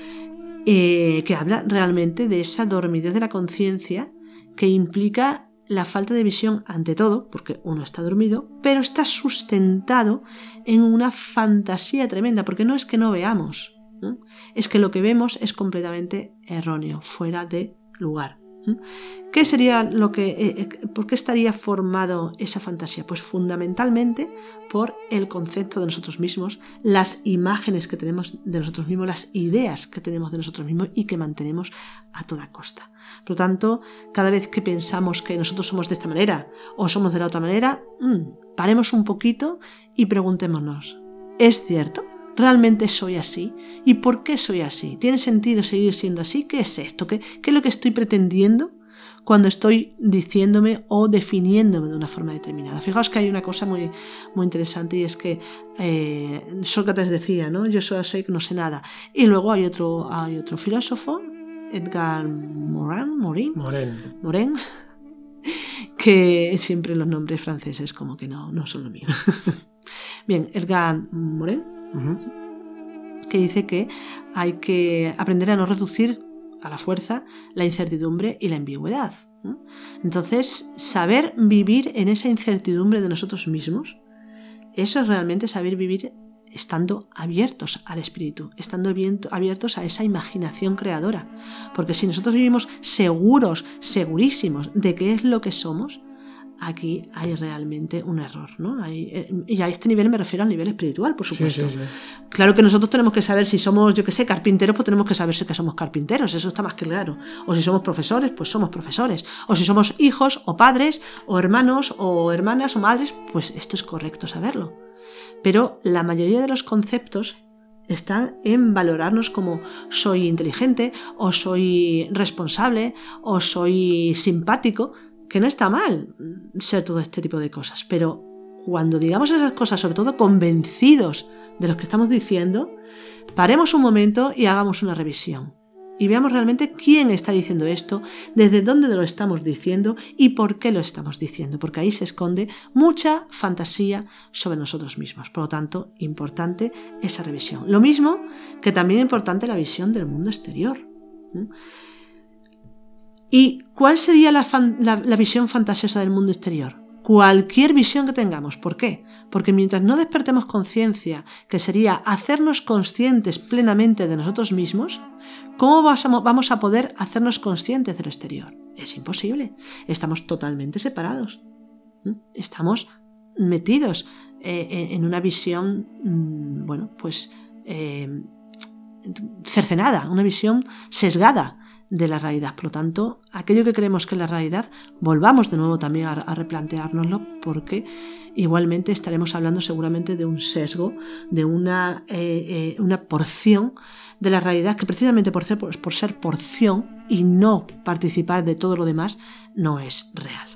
Que habla realmente de esa dormidez de la conciencia que implica la falta de visión ante todo, porque uno está dormido, pero está sustentado en una fantasía tremenda, porque no es que no veamos, ¿no? Es que lo que vemos es completamente erróneo, fuera de lugar. ¿Qué sería por qué estaría formado esa fantasía? Pues fundamentalmente por el concepto de nosotros mismos, las imágenes que tenemos de nosotros mismos, las ideas que tenemos de nosotros mismos y que mantenemos a toda costa. Por lo tanto, cada vez que pensamos que nosotros somos de esta manera o somos de la otra manera, paremos un poquito y preguntémonos, ¿es cierto? ¿Realmente soy así? ¿Y por qué soy así? ¿Tiene sentido seguir siendo así? ¿Qué es esto? ¿Qué es lo que estoy pretendiendo cuando estoy diciéndome o definiéndome de una forma determinada? Fijaos que hay una cosa muy, muy interesante, y es que Sócrates decía, ¿no? Yo solo sé que no sé nada. Y luego hay otro filósofo, Edgar Morin, que siempre los nombres franceses como que no son lo mío. Bien, Edgar Morin, que dice que hay que aprender a no reducir a la fuerza la incertidumbre y la ambigüedad. Entonces, saber vivir en esa incertidumbre de nosotros mismos, eso es realmente saber vivir estando abiertos al espíritu, estando abiertos a esa imaginación creadora. Porque si nosotros vivimos segurísimos de qué es lo que somos, aquí hay realmente un error, ¿no? Y a este nivel me refiero al nivel espiritual, por supuesto. Sí. Claro que nosotros tenemos que saber si somos, yo qué sé, carpinteros, pues tenemos que saber que somos carpinteros, eso está más que claro. O si somos profesores, pues somos profesores. O si somos hijos, o padres, o hermanos, o hermanas, o madres, pues esto es correcto saberlo. Pero la mayoría de los conceptos están en valorarnos como soy inteligente, o soy responsable, o soy simpático, que no está mal ser todo este tipo de cosas, pero cuando digamos esas cosas, sobre todo convencidos de lo que estamos diciendo, paremos un momento y hagamos una revisión y veamos realmente quién está diciendo esto, desde dónde lo estamos diciendo y por qué lo estamos diciendo, porque ahí se esconde mucha fantasía sobre nosotros mismos. Por lo tanto, importante esa revisión. Lo mismo que también importante la visión del mundo exterior. ¿Y cuál sería la visión fantasiosa del mundo exterior? Cualquier visión que tengamos. ¿Por qué? Porque mientras no despertemos conciencia, que sería hacernos conscientes plenamente de nosotros mismos, ¿cómo vamos a poder hacernos conscientes de lo exterior? Es imposible. Estamos totalmente separados. Estamos metidos en una visión, cercenada, una visión sesgada de la realidad. Por lo tanto, aquello que creemos que es la realidad, volvamos de nuevo también a replanteárnoslo, porque igualmente estaremos hablando seguramente de un sesgo, de una porción de la realidad que precisamente por ser porción y no participar de todo lo demás, no es real.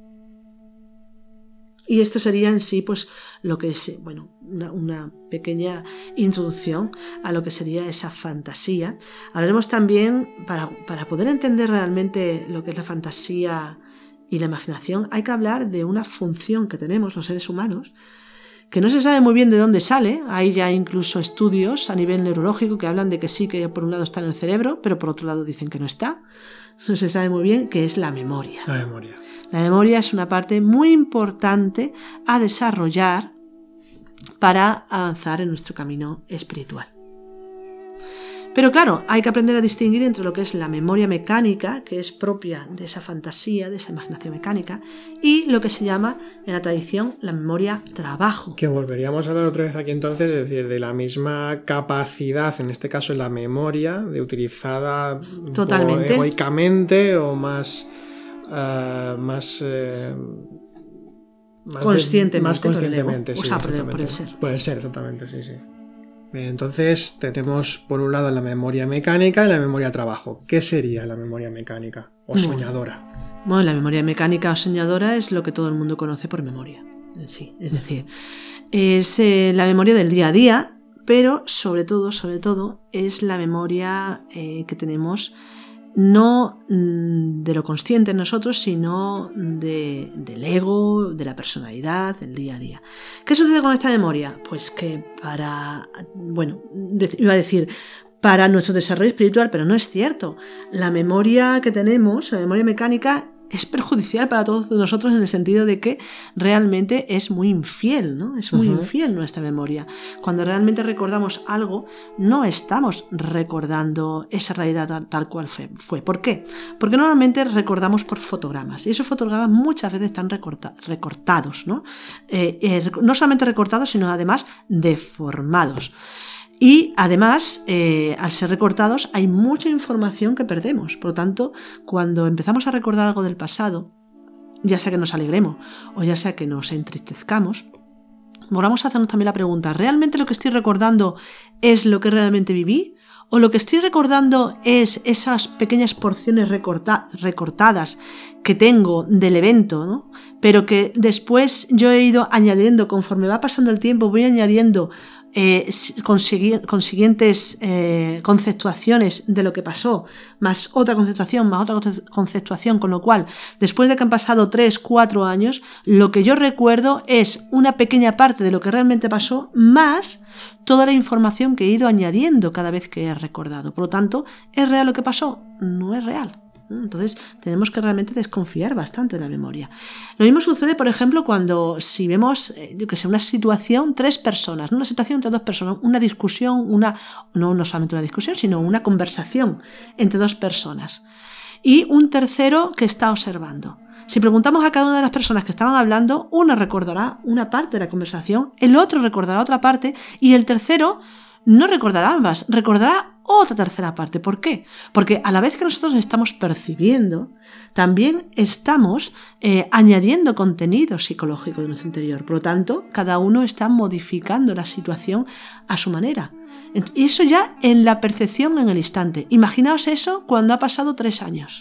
Y esto sería en sí, pues, lo que es, una pequeña introducción a lo que sería esa fantasía. Hablaremos también, para poder entender realmente lo que es la fantasía y la imaginación, hay que hablar de una función que tenemos los seres humanos, que no se sabe muy bien de dónde sale. Hay ya incluso estudios a nivel neurológico que hablan de que sí, que por un lado está en el cerebro, pero por otro lado dicen que no está. No se sabe muy bien qué es la memoria. La memoria es una parte muy importante a desarrollar para avanzar en nuestro camino espiritual. Pero claro, hay que aprender a distinguir entre lo que es la memoria mecánica, que es propia de esa fantasía, de esa imaginación mecánica, y lo que se llama en la tradición la memoria trabajo. Que volveríamos a hablar otra vez aquí entonces, es decir, de la misma capacidad, en este caso en la memoria, de utilizada totalmente egoicamente o más conscientemente. Sí, por el ser. Por el ser, exactamente, sí. Entonces tenemos por un lado la memoria mecánica y la memoria trabajo. ¿Qué sería la memoria mecánica o soñadora? Bueno, la memoria mecánica o soñadora es lo que todo el mundo conoce por memoria. Sí, es decir, es la memoria del día a día, pero sobre todo es la memoria que tenemos no de lo consciente en nosotros, sino del ego, de la personalidad, del día a día. ¿Qué sucede con esta memoria? Pues que para nuestro desarrollo espiritual, pero no es cierto. La memoria que tenemos, la memoria mecánica, es perjudicial para todos nosotros en el sentido de que realmente es muy infiel, ¿no? Es muy infiel nuestra memoria. Cuando realmente recordamos algo, no estamos recordando esa realidad tal cual fue. ¿Por qué? Porque normalmente recordamos por fotogramas, y esos fotogramas muchas veces están recortados, ¿no? No solamente recortados, sino además deformados. Y además, al ser recortados, hay mucha información que perdemos. Por lo tanto, cuando empezamos a recordar algo del pasado, ya sea que nos alegremos o ya sea que nos entristezcamos, volvamos a hacernos también la pregunta: ¿realmente lo que estoy recordando es lo que realmente viví? ¿O lo que estoy recordando es esas pequeñas porciones recortadas que tengo del evento, ¿no? Pero que después yo he ido añadiendo, conforme va pasando el tiempo, voy añadiendo consiguientes conceptuaciones de lo que pasó, más otra conceptuación, con lo cual, después de que han pasado 3-4 años, lo que yo recuerdo es una pequeña parte de lo que realmente pasó, más toda la información que he ido añadiendo cada vez que he recordado. Por lo tanto, ¿es real lo que pasó? No es real. Entonces tenemos que realmente desconfiar bastante de la memoria. Lo mismo sucede, por ejemplo, cuando si vemos, una situación, 3 personas, una situación entre 2 personas, una discusión, no solamente una discusión, sino una conversación entre 2 personas. y un tercero que está observando. Si preguntamos a cada una de las personas que estaban hablando, uno recordará una parte de la conversación, el otro recordará otra parte y el tercero no recordará ambas, recordará otra tercera parte. ¿Por qué? Porque a la vez que nosotros estamos percibiendo, también estamos añadiendo contenido psicológico de nuestro interior. Por lo tanto, cada uno está modificando la situación a su manera. Y eso ya en la percepción en el instante. Imaginaos eso cuando ha pasado 3 años.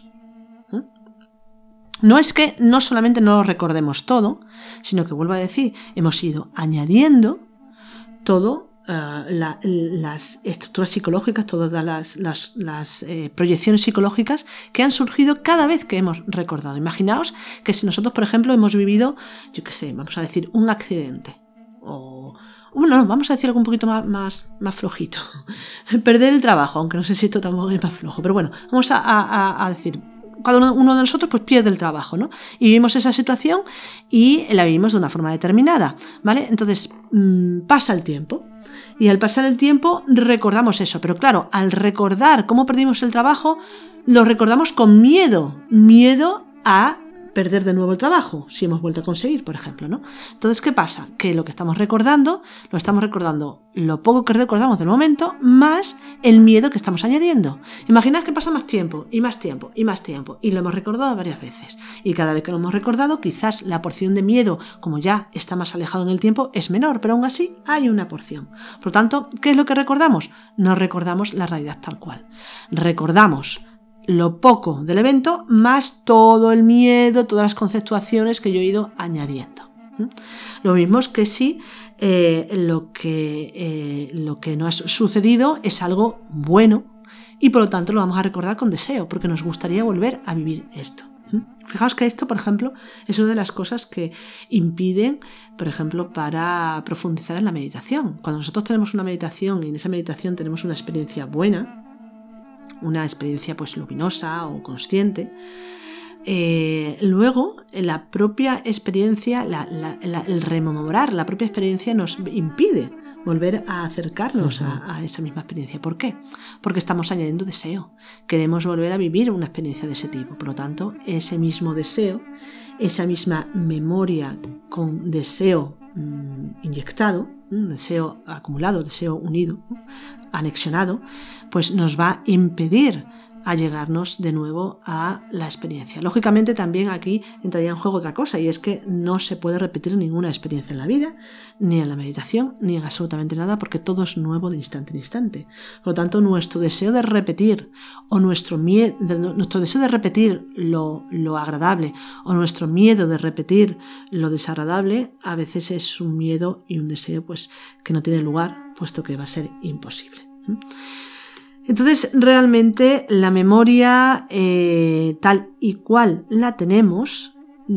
No es que no solamente no lo recordemos todo, sino que, vuelvo a decir, hemos ido añadiendo todo, las estructuras psicológicas, todas las proyecciones psicológicas que han surgido cada vez que hemos recordado. Imaginaos que si nosotros, por ejemplo, hemos vivido, yo qué sé, vamos a decir, un accidente, o vamos a decir algo un poquito más flojito, perder el trabajo, aunque no sé si esto tampoco es más flojo, pero bueno, vamos a decir, cada uno de nosotros pues pierde el trabajo, ¿no? Y vivimos esa situación y la vivimos de una forma determinada, ¿vale? Entonces pasa el tiempo y al pasar el tiempo recordamos eso, pero claro, al recordar cómo perdimos el trabajo, lo recordamos con miedo a perder de nuevo el trabajo, si hemos vuelto a conseguir, por ejemplo, ¿no? Entonces, ¿qué pasa? Que lo que estamos recordando, lo poco que recordamos del momento, más el miedo que estamos añadiendo. Imaginad que pasa más tiempo, y más tiempo, y más tiempo, y lo hemos recordado varias veces. Y cada vez que lo hemos recordado, quizás la porción de miedo, como ya está más alejado en el tiempo, es menor, pero aún así hay una porción. Por lo tanto, ¿qué es lo que recordamos? No recordamos la realidad tal cual. Recordamos lo poco del evento, más todo el miedo, todas las conceptuaciones que yo he ido añadiendo. Lo mismo es que si lo que no ha sucedido es algo bueno y por lo tanto lo vamos a recordar con deseo, porque nos gustaría volver a vivir esto. Fijaos que esto, por ejemplo, es una de las cosas que impiden, por ejemplo, para profundizar en la meditación. Cuando nosotros tenemos una meditación y en esa meditación tenemos una experiencia buena, una experiencia pues luminosa o consciente, luego la propia experiencia, el rememorar la propia experiencia nos impide volver a acercarnos a esa misma experiencia. ¿Por qué? Porque estamos añadiendo deseo. Queremos volver a vivir una experiencia de ese tipo. Por lo tanto, ese mismo deseo, esa misma memoria con deseo inyectado, deseo acumulado, deseo unido, anexionado, pues nos va a impedir a llegarnos de nuevo a la experiencia. Lógicamente también aquí entraría en juego otra cosa, y es que no se puede repetir ninguna experiencia en la vida, ni en la meditación, ni en absolutamente nada, porque todo es nuevo de instante en instante. Por lo tanto, nuestro deseo de repetir, o nuestro deseo de repetir lo agradable, o nuestro miedo de repetir lo desagradable, a veces es un miedo y un deseo pues que no tiene lugar, puesto que va a ser imposible. Entonces, realmente la memoria tal y cual la tenemos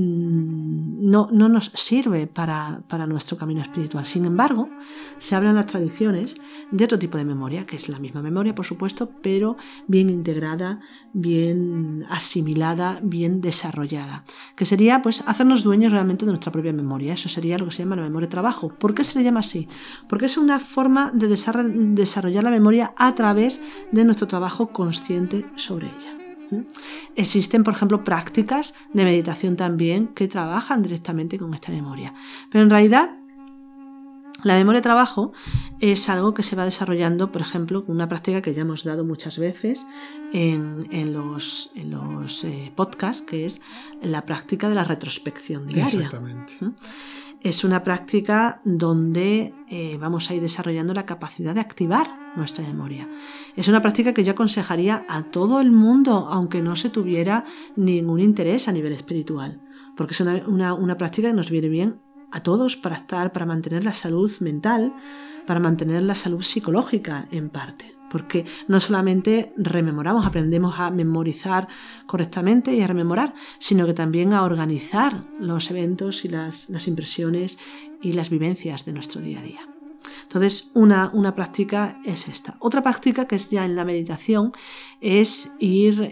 no nos sirve para nuestro camino espiritual. Sin embargo, se hablan las tradiciones de otro tipo de memoria, que es la misma memoria, por supuesto, pero bien integrada, bien asimilada, bien desarrollada, que sería pues hacernos dueños realmente de nuestra propia memoria. Eso sería lo que se llama la memoria de trabajo. ¿Por qué se le llama así? Porque es una forma de desarrollar la memoria a través de nuestro trabajo consciente sobre ella. Existen, por ejemplo, prácticas de meditación también que trabajan directamente con esta memoria. Pero en realidad, la memoria de trabajo es algo que se va desarrollando, por ejemplo, con una práctica que ya hemos dado muchas veces en los podcasts, que es la práctica de la retrospección diaria. Exactamente. Es una práctica donde vamos a ir desarrollando la capacidad de activar nuestra memoria. Es una práctica que yo aconsejaría a todo el mundo, aunque no se tuviera ningún interés a nivel espiritual, porque es una práctica que nos viene bien a todos para mantener la salud mental, para mantener la salud psicológica en parte. Porque no solamente aprendemos a memorizar correctamente y a rememorar, sino que también a organizar los eventos y las impresiones y las vivencias de nuestro día a día. Entonces, una práctica es esta. Otra práctica, que es ya en la meditación, es ir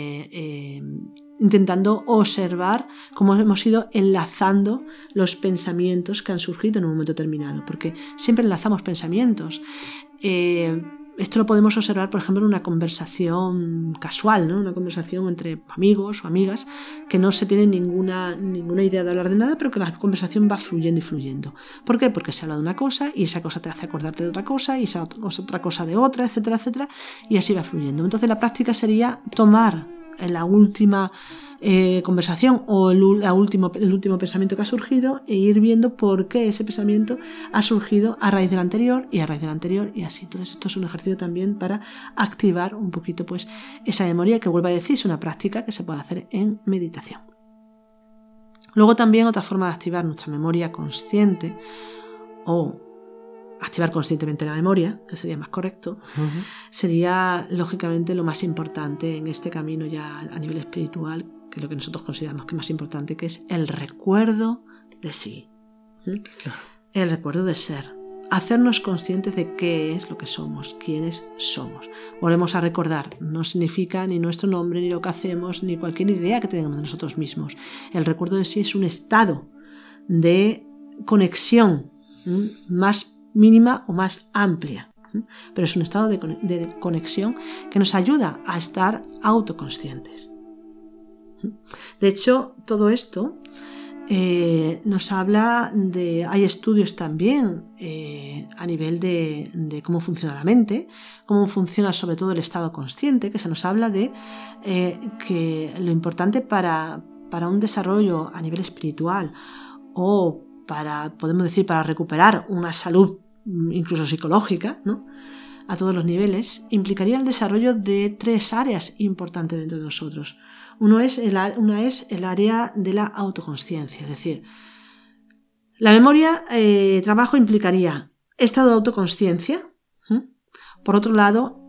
intentando observar cómo hemos ido enlazando los pensamientos que han surgido en un momento determinado, porque siempre enlazamos pensamientos. Esto lo podemos observar, por ejemplo, en una conversación casual, ¿no? Una conversación entre amigos o amigas que no se tiene ninguna idea de hablar de nada, pero que la conversación va fluyendo y fluyendo. ¿Por qué? Porque se habla de una cosa y esa cosa te hace acordarte de otra cosa y esa otra cosa de otra, etcétera, etcétera, y así va fluyendo. Entonces la práctica sería tomar la última conversación o el último pensamiento que ha surgido e ir viendo por qué ese pensamiento ha surgido a raíz del anterior y a raíz del anterior y así. Entonces esto es un ejercicio también para activar un poquito pues esa memoria, que vuelvo a decir, es una práctica que se puede hacer en meditación. Luego también otra forma de activar nuestra memoria consciente o activar conscientemente la memoria, que sería más correcto, sería lógicamente lo más importante en este camino ya a nivel espiritual, que es lo que nosotros consideramos que es más importante, que es el recuerdo de sí. Claro. El recuerdo de ser. Hacernos conscientes de qué es lo que somos, quiénes somos. Volvemos a recordar, no significa ni nuestro nombre, ni lo que hacemos, ni cualquier idea que tengamos de nosotros mismos. El recuerdo de sí es un estado de conexión más mínima o más amplia, pero es un estado de conexión que nos ayuda a estar autoconscientes. De hecho, todo esto nos habla de... Hay estudios también a nivel de cómo funciona la mente, cómo funciona sobre todo el estado consciente, que se nos habla de que lo importante para un desarrollo a nivel espiritual o podemos decir, para recuperar una salud incluso psicológica, ¿no?, a todos los niveles, implicaría el desarrollo de 3 áreas importantes dentro de nosotros. Una es el área de la autoconsciencia, es decir, la memoria trabajo implicaría estado de autoconsciencia, por otro lado,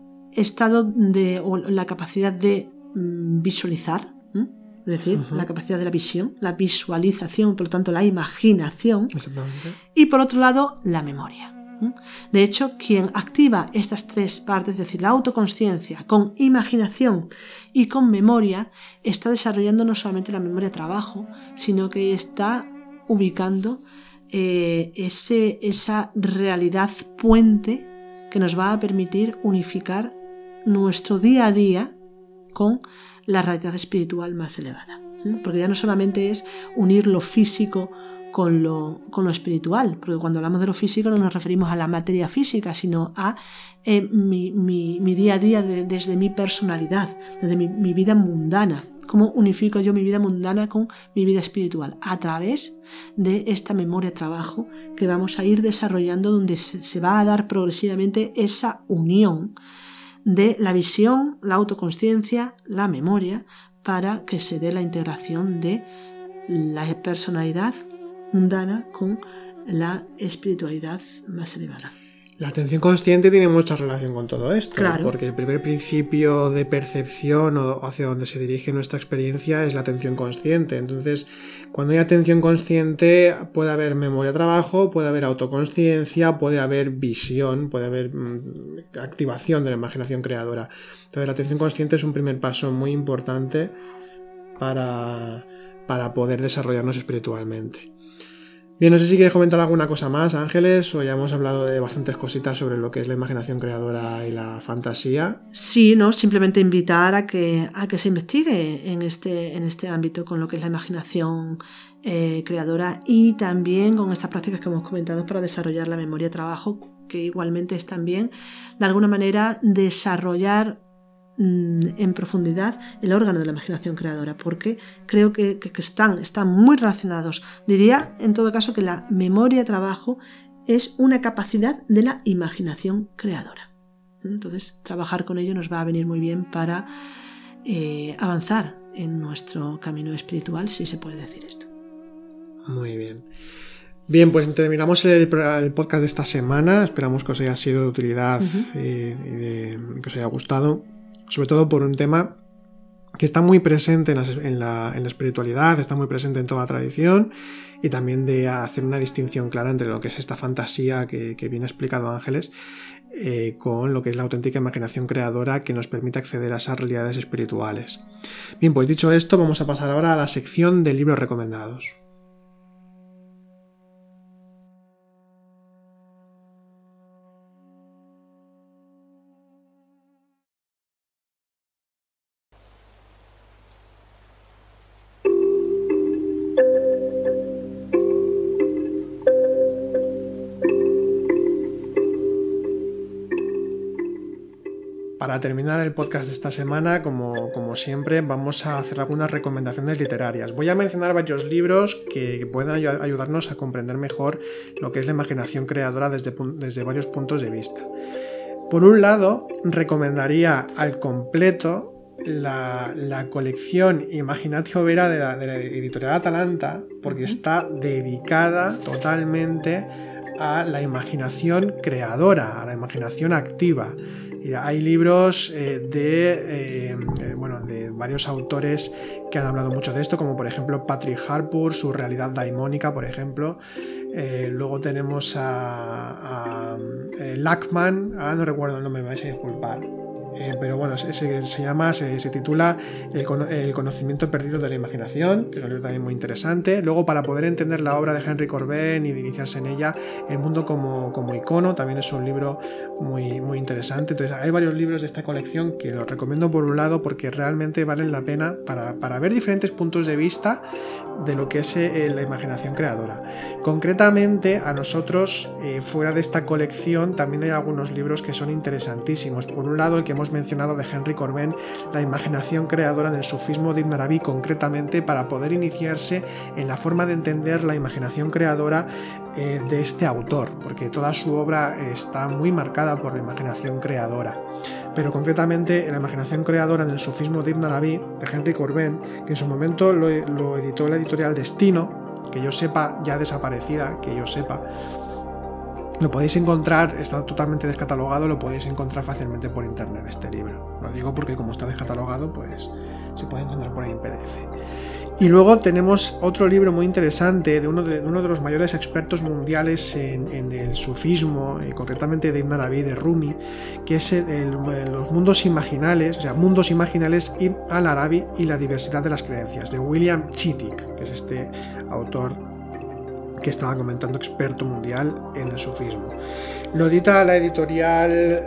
o la capacidad de visualizar, es decir, la capacidad de la visión, la visualización, por lo tanto la imaginación. Exactamente. Y por otro lado, la memoria. De hecho, quien activa estas 3 partes, es decir, la autoconsciencia con imaginación y con memoria, está desarrollando no solamente la memoria de trabajo, sino que está ubicando esa realidad puente que nos va a permitir unificar nuestro día a día con la realidad espiritual más elevada. Porque ya no solamente es unir lo físico con lo espiritual, porque cuando hablamos de lo físico no nos referimos a la materia física, sino a mi día a día desde mi personalidad, desde mi vida mundana. ¿Cómo unifico yo mi vida mundana con mi vida espiritual? A través de esta memoria de trabajo que vamos a ir desarrollando, donde se va a dar progresivamente esa unión de la visión, la autoconsciencia, la memoria, para que se dé la integración de la personalidad mundana con la espiritualidad más elevada. La atención consciente tiene mucha relación con todo esto, claro, porque el primer principio de percepción o hacia donde se dirige nuestra experiencia es la atención consciente. Entonces, cuando hay atención consciente puede haber memoria trabajo, puede haber autoconsciencia, puede haber visión, puede haber activación de la imaginación creadora. Entonces, la atención consciente es un primer paso muy importante para poder desarrollarnos espiritualmente. Bien, no sé si quieres comentar alguna cosa más, Ángeles, o ya hemos hablado de bastantes cositas sobre lo que es la imaginación creadora y la fantasía. Sí, no, simplemente invitar a que se investigue en este ámbito con lo que es la imaginación creadora y también con estas prácticas que hemos comentado para desarrollar la memoria de trabajo, que igualmente es también de alguna manera desarrollar en profundidad el órgano de la imaginación creadora, porque creo que están muy relacionados. Diría en todo caso que la memoria de trabajo es una capacidad de la imaginación creadora. Entonces trabajar con ello nos va a venir muy bien para avanzar en nuestro camino espiritual, si se puede decir esto. Muy bien. Bien, pues terminamos el podcast de esta semana. Esperamos que os haya sido de utilidad y que os haya gustado, sobre todo por un tema que está muy presente en la espiritualidad, está muy presente en toda la tradición, y también de hacer una distinción clara entre lo que es esta fantasía que viene explicado Ángeles con lo que es la auténtica imaginación creadora que nos permite acceder a esas realidades espirituales. Bien, pues dicho esto, vamos a pasar ahora a la sección de libros recomendados. Para terminar el podcast de esta semana, como siempre, vamos a hacer algunas recomendaciones literarias. Voy a mencionar varios libros que pueden ayudarnos a comprender mejor lo que es la imaginación creadora desde varios puntos de vista. Por un lado, recomendaría al completo la colección Imaginatio Vera de la editorial Atalanta, porque está dedicada totalmente a la imaginación creadora, a la imaginación activa. Hay libros de varios autores que han hablado mucho de esto, como por ejemplo Patrick Harpur, su realidad daimónica, por ejemplo. Luego tenemos a Lachman, no recuerdo el nombre, me vais a disculpar. Pero bueno, se titula El conocimiento perdido de la imaginación, que es un libro también muy interesante. Luego, para poder entender la obra de Henry Corbin y de iniciarse en ella, El mundo como icono, también es un libro muy, muy interesante. Entonces, hay varios libros de esta colección que los recomiendo por un lado porque realmente valen la pena para ver diferentes puntos de vista de lo que es la imaginación creadora. Concretamente, a nosotros, fuera de esta colección, también hay algunos libros que son interesantísimos. Por un lado, el que hemos mencionado de Henry Corbin, La imaginación creadora en el sufismo de Ibn Arabi, concretamente para poder iniciarse en la forma de entender la imaginación creadora de este autor, porque toda su obra está muy marcada por la imaginación creadora. Pero concretamente en la imaginación creadora en el sufismo de Ibn Arabi, de Henry Corbin, que en su momento lo editó la editorial Destino, que yo sepa, ya desaparecida, que yo sepa. Lo podéis encontrar, está totalmente descatalogado, lo podéis encontrar fácilmente por internet este libro. Lo digo porque como está descatalogado, pues se puede encontrar por ahí en PDF. Y luego tenemos otro libro muy interesante de uno de los mayores expertos mundiales en el sufismo, concretamente de Ibn Arabi, de Rumi, que es los mundos imaginales, o sea, Mundos Imaginales Ibn al-Arabi y la diversidad de las creencias, de William Chittick, que es este autor que estaba comentando, experto mundial en el sufismo. Lo edita la editorial,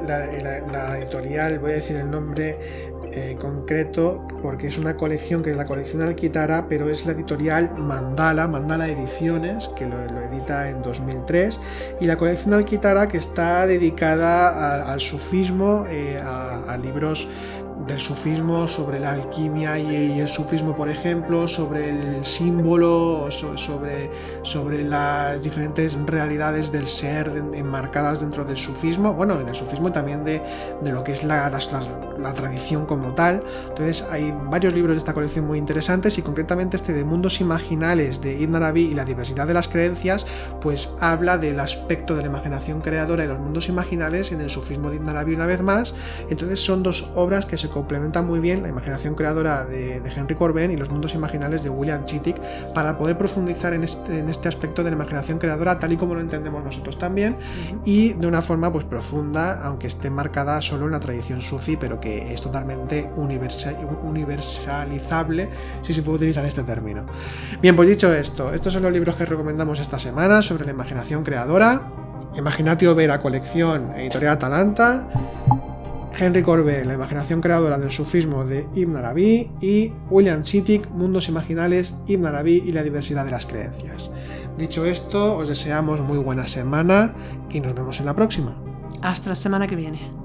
voy a decir el nombre concreto porque es una colección que es la colección Alquitara, pero es la editorial Mandala Ediciones, que lo edita en 2003, y la colección Alquitara, que está dedicada al sufismo, a libros del sufismo, sobre la alquimia y el sufismo, por ejemplo, sobre el símbolo, sobre las diferentes realidades del ser enmarcadas dentro del sufismo, bueno, en el sufismo también de lo que es la tradición como tal. Entonces hay varios libros de esta colección muy interesantes, y concretamente este de Mundos Imaginales de Ibn Arabi y la diversidad de las creencias, pues habla del aspecto de la imaginación creadora y los mundos imaginales en el sufismo de Ibn Arabi una vez más. Entonces son dos obras que se complementan muy bien, la imaginación creadora de Henry Corbin y los mundos imaginales de William Chittick, para poder profundizar en este aspecto de la imaginación creadora tal y como lo entendemos nosotros también, y de una forma pues profunda, aunque esté marcada solo en la tradición sufi, pero que es totalmente universalizable, si se puede utilizar este término. Bien, pues dicho esto, estos son los libros que recomendamos esta semana sobre la imaginación creadora: Imaginatio Vera, colección editorial Atalanta; Henry Corbin, La imaginación creadora del sufismo de Ibn Arabi; y William Chittick, Mundos Imaginales, Ibn Arabi y la diversidad de las creencias. Dicho esto, os deseamos muy buena semana y nos vemos en la próxima. Hasta la semana que viene.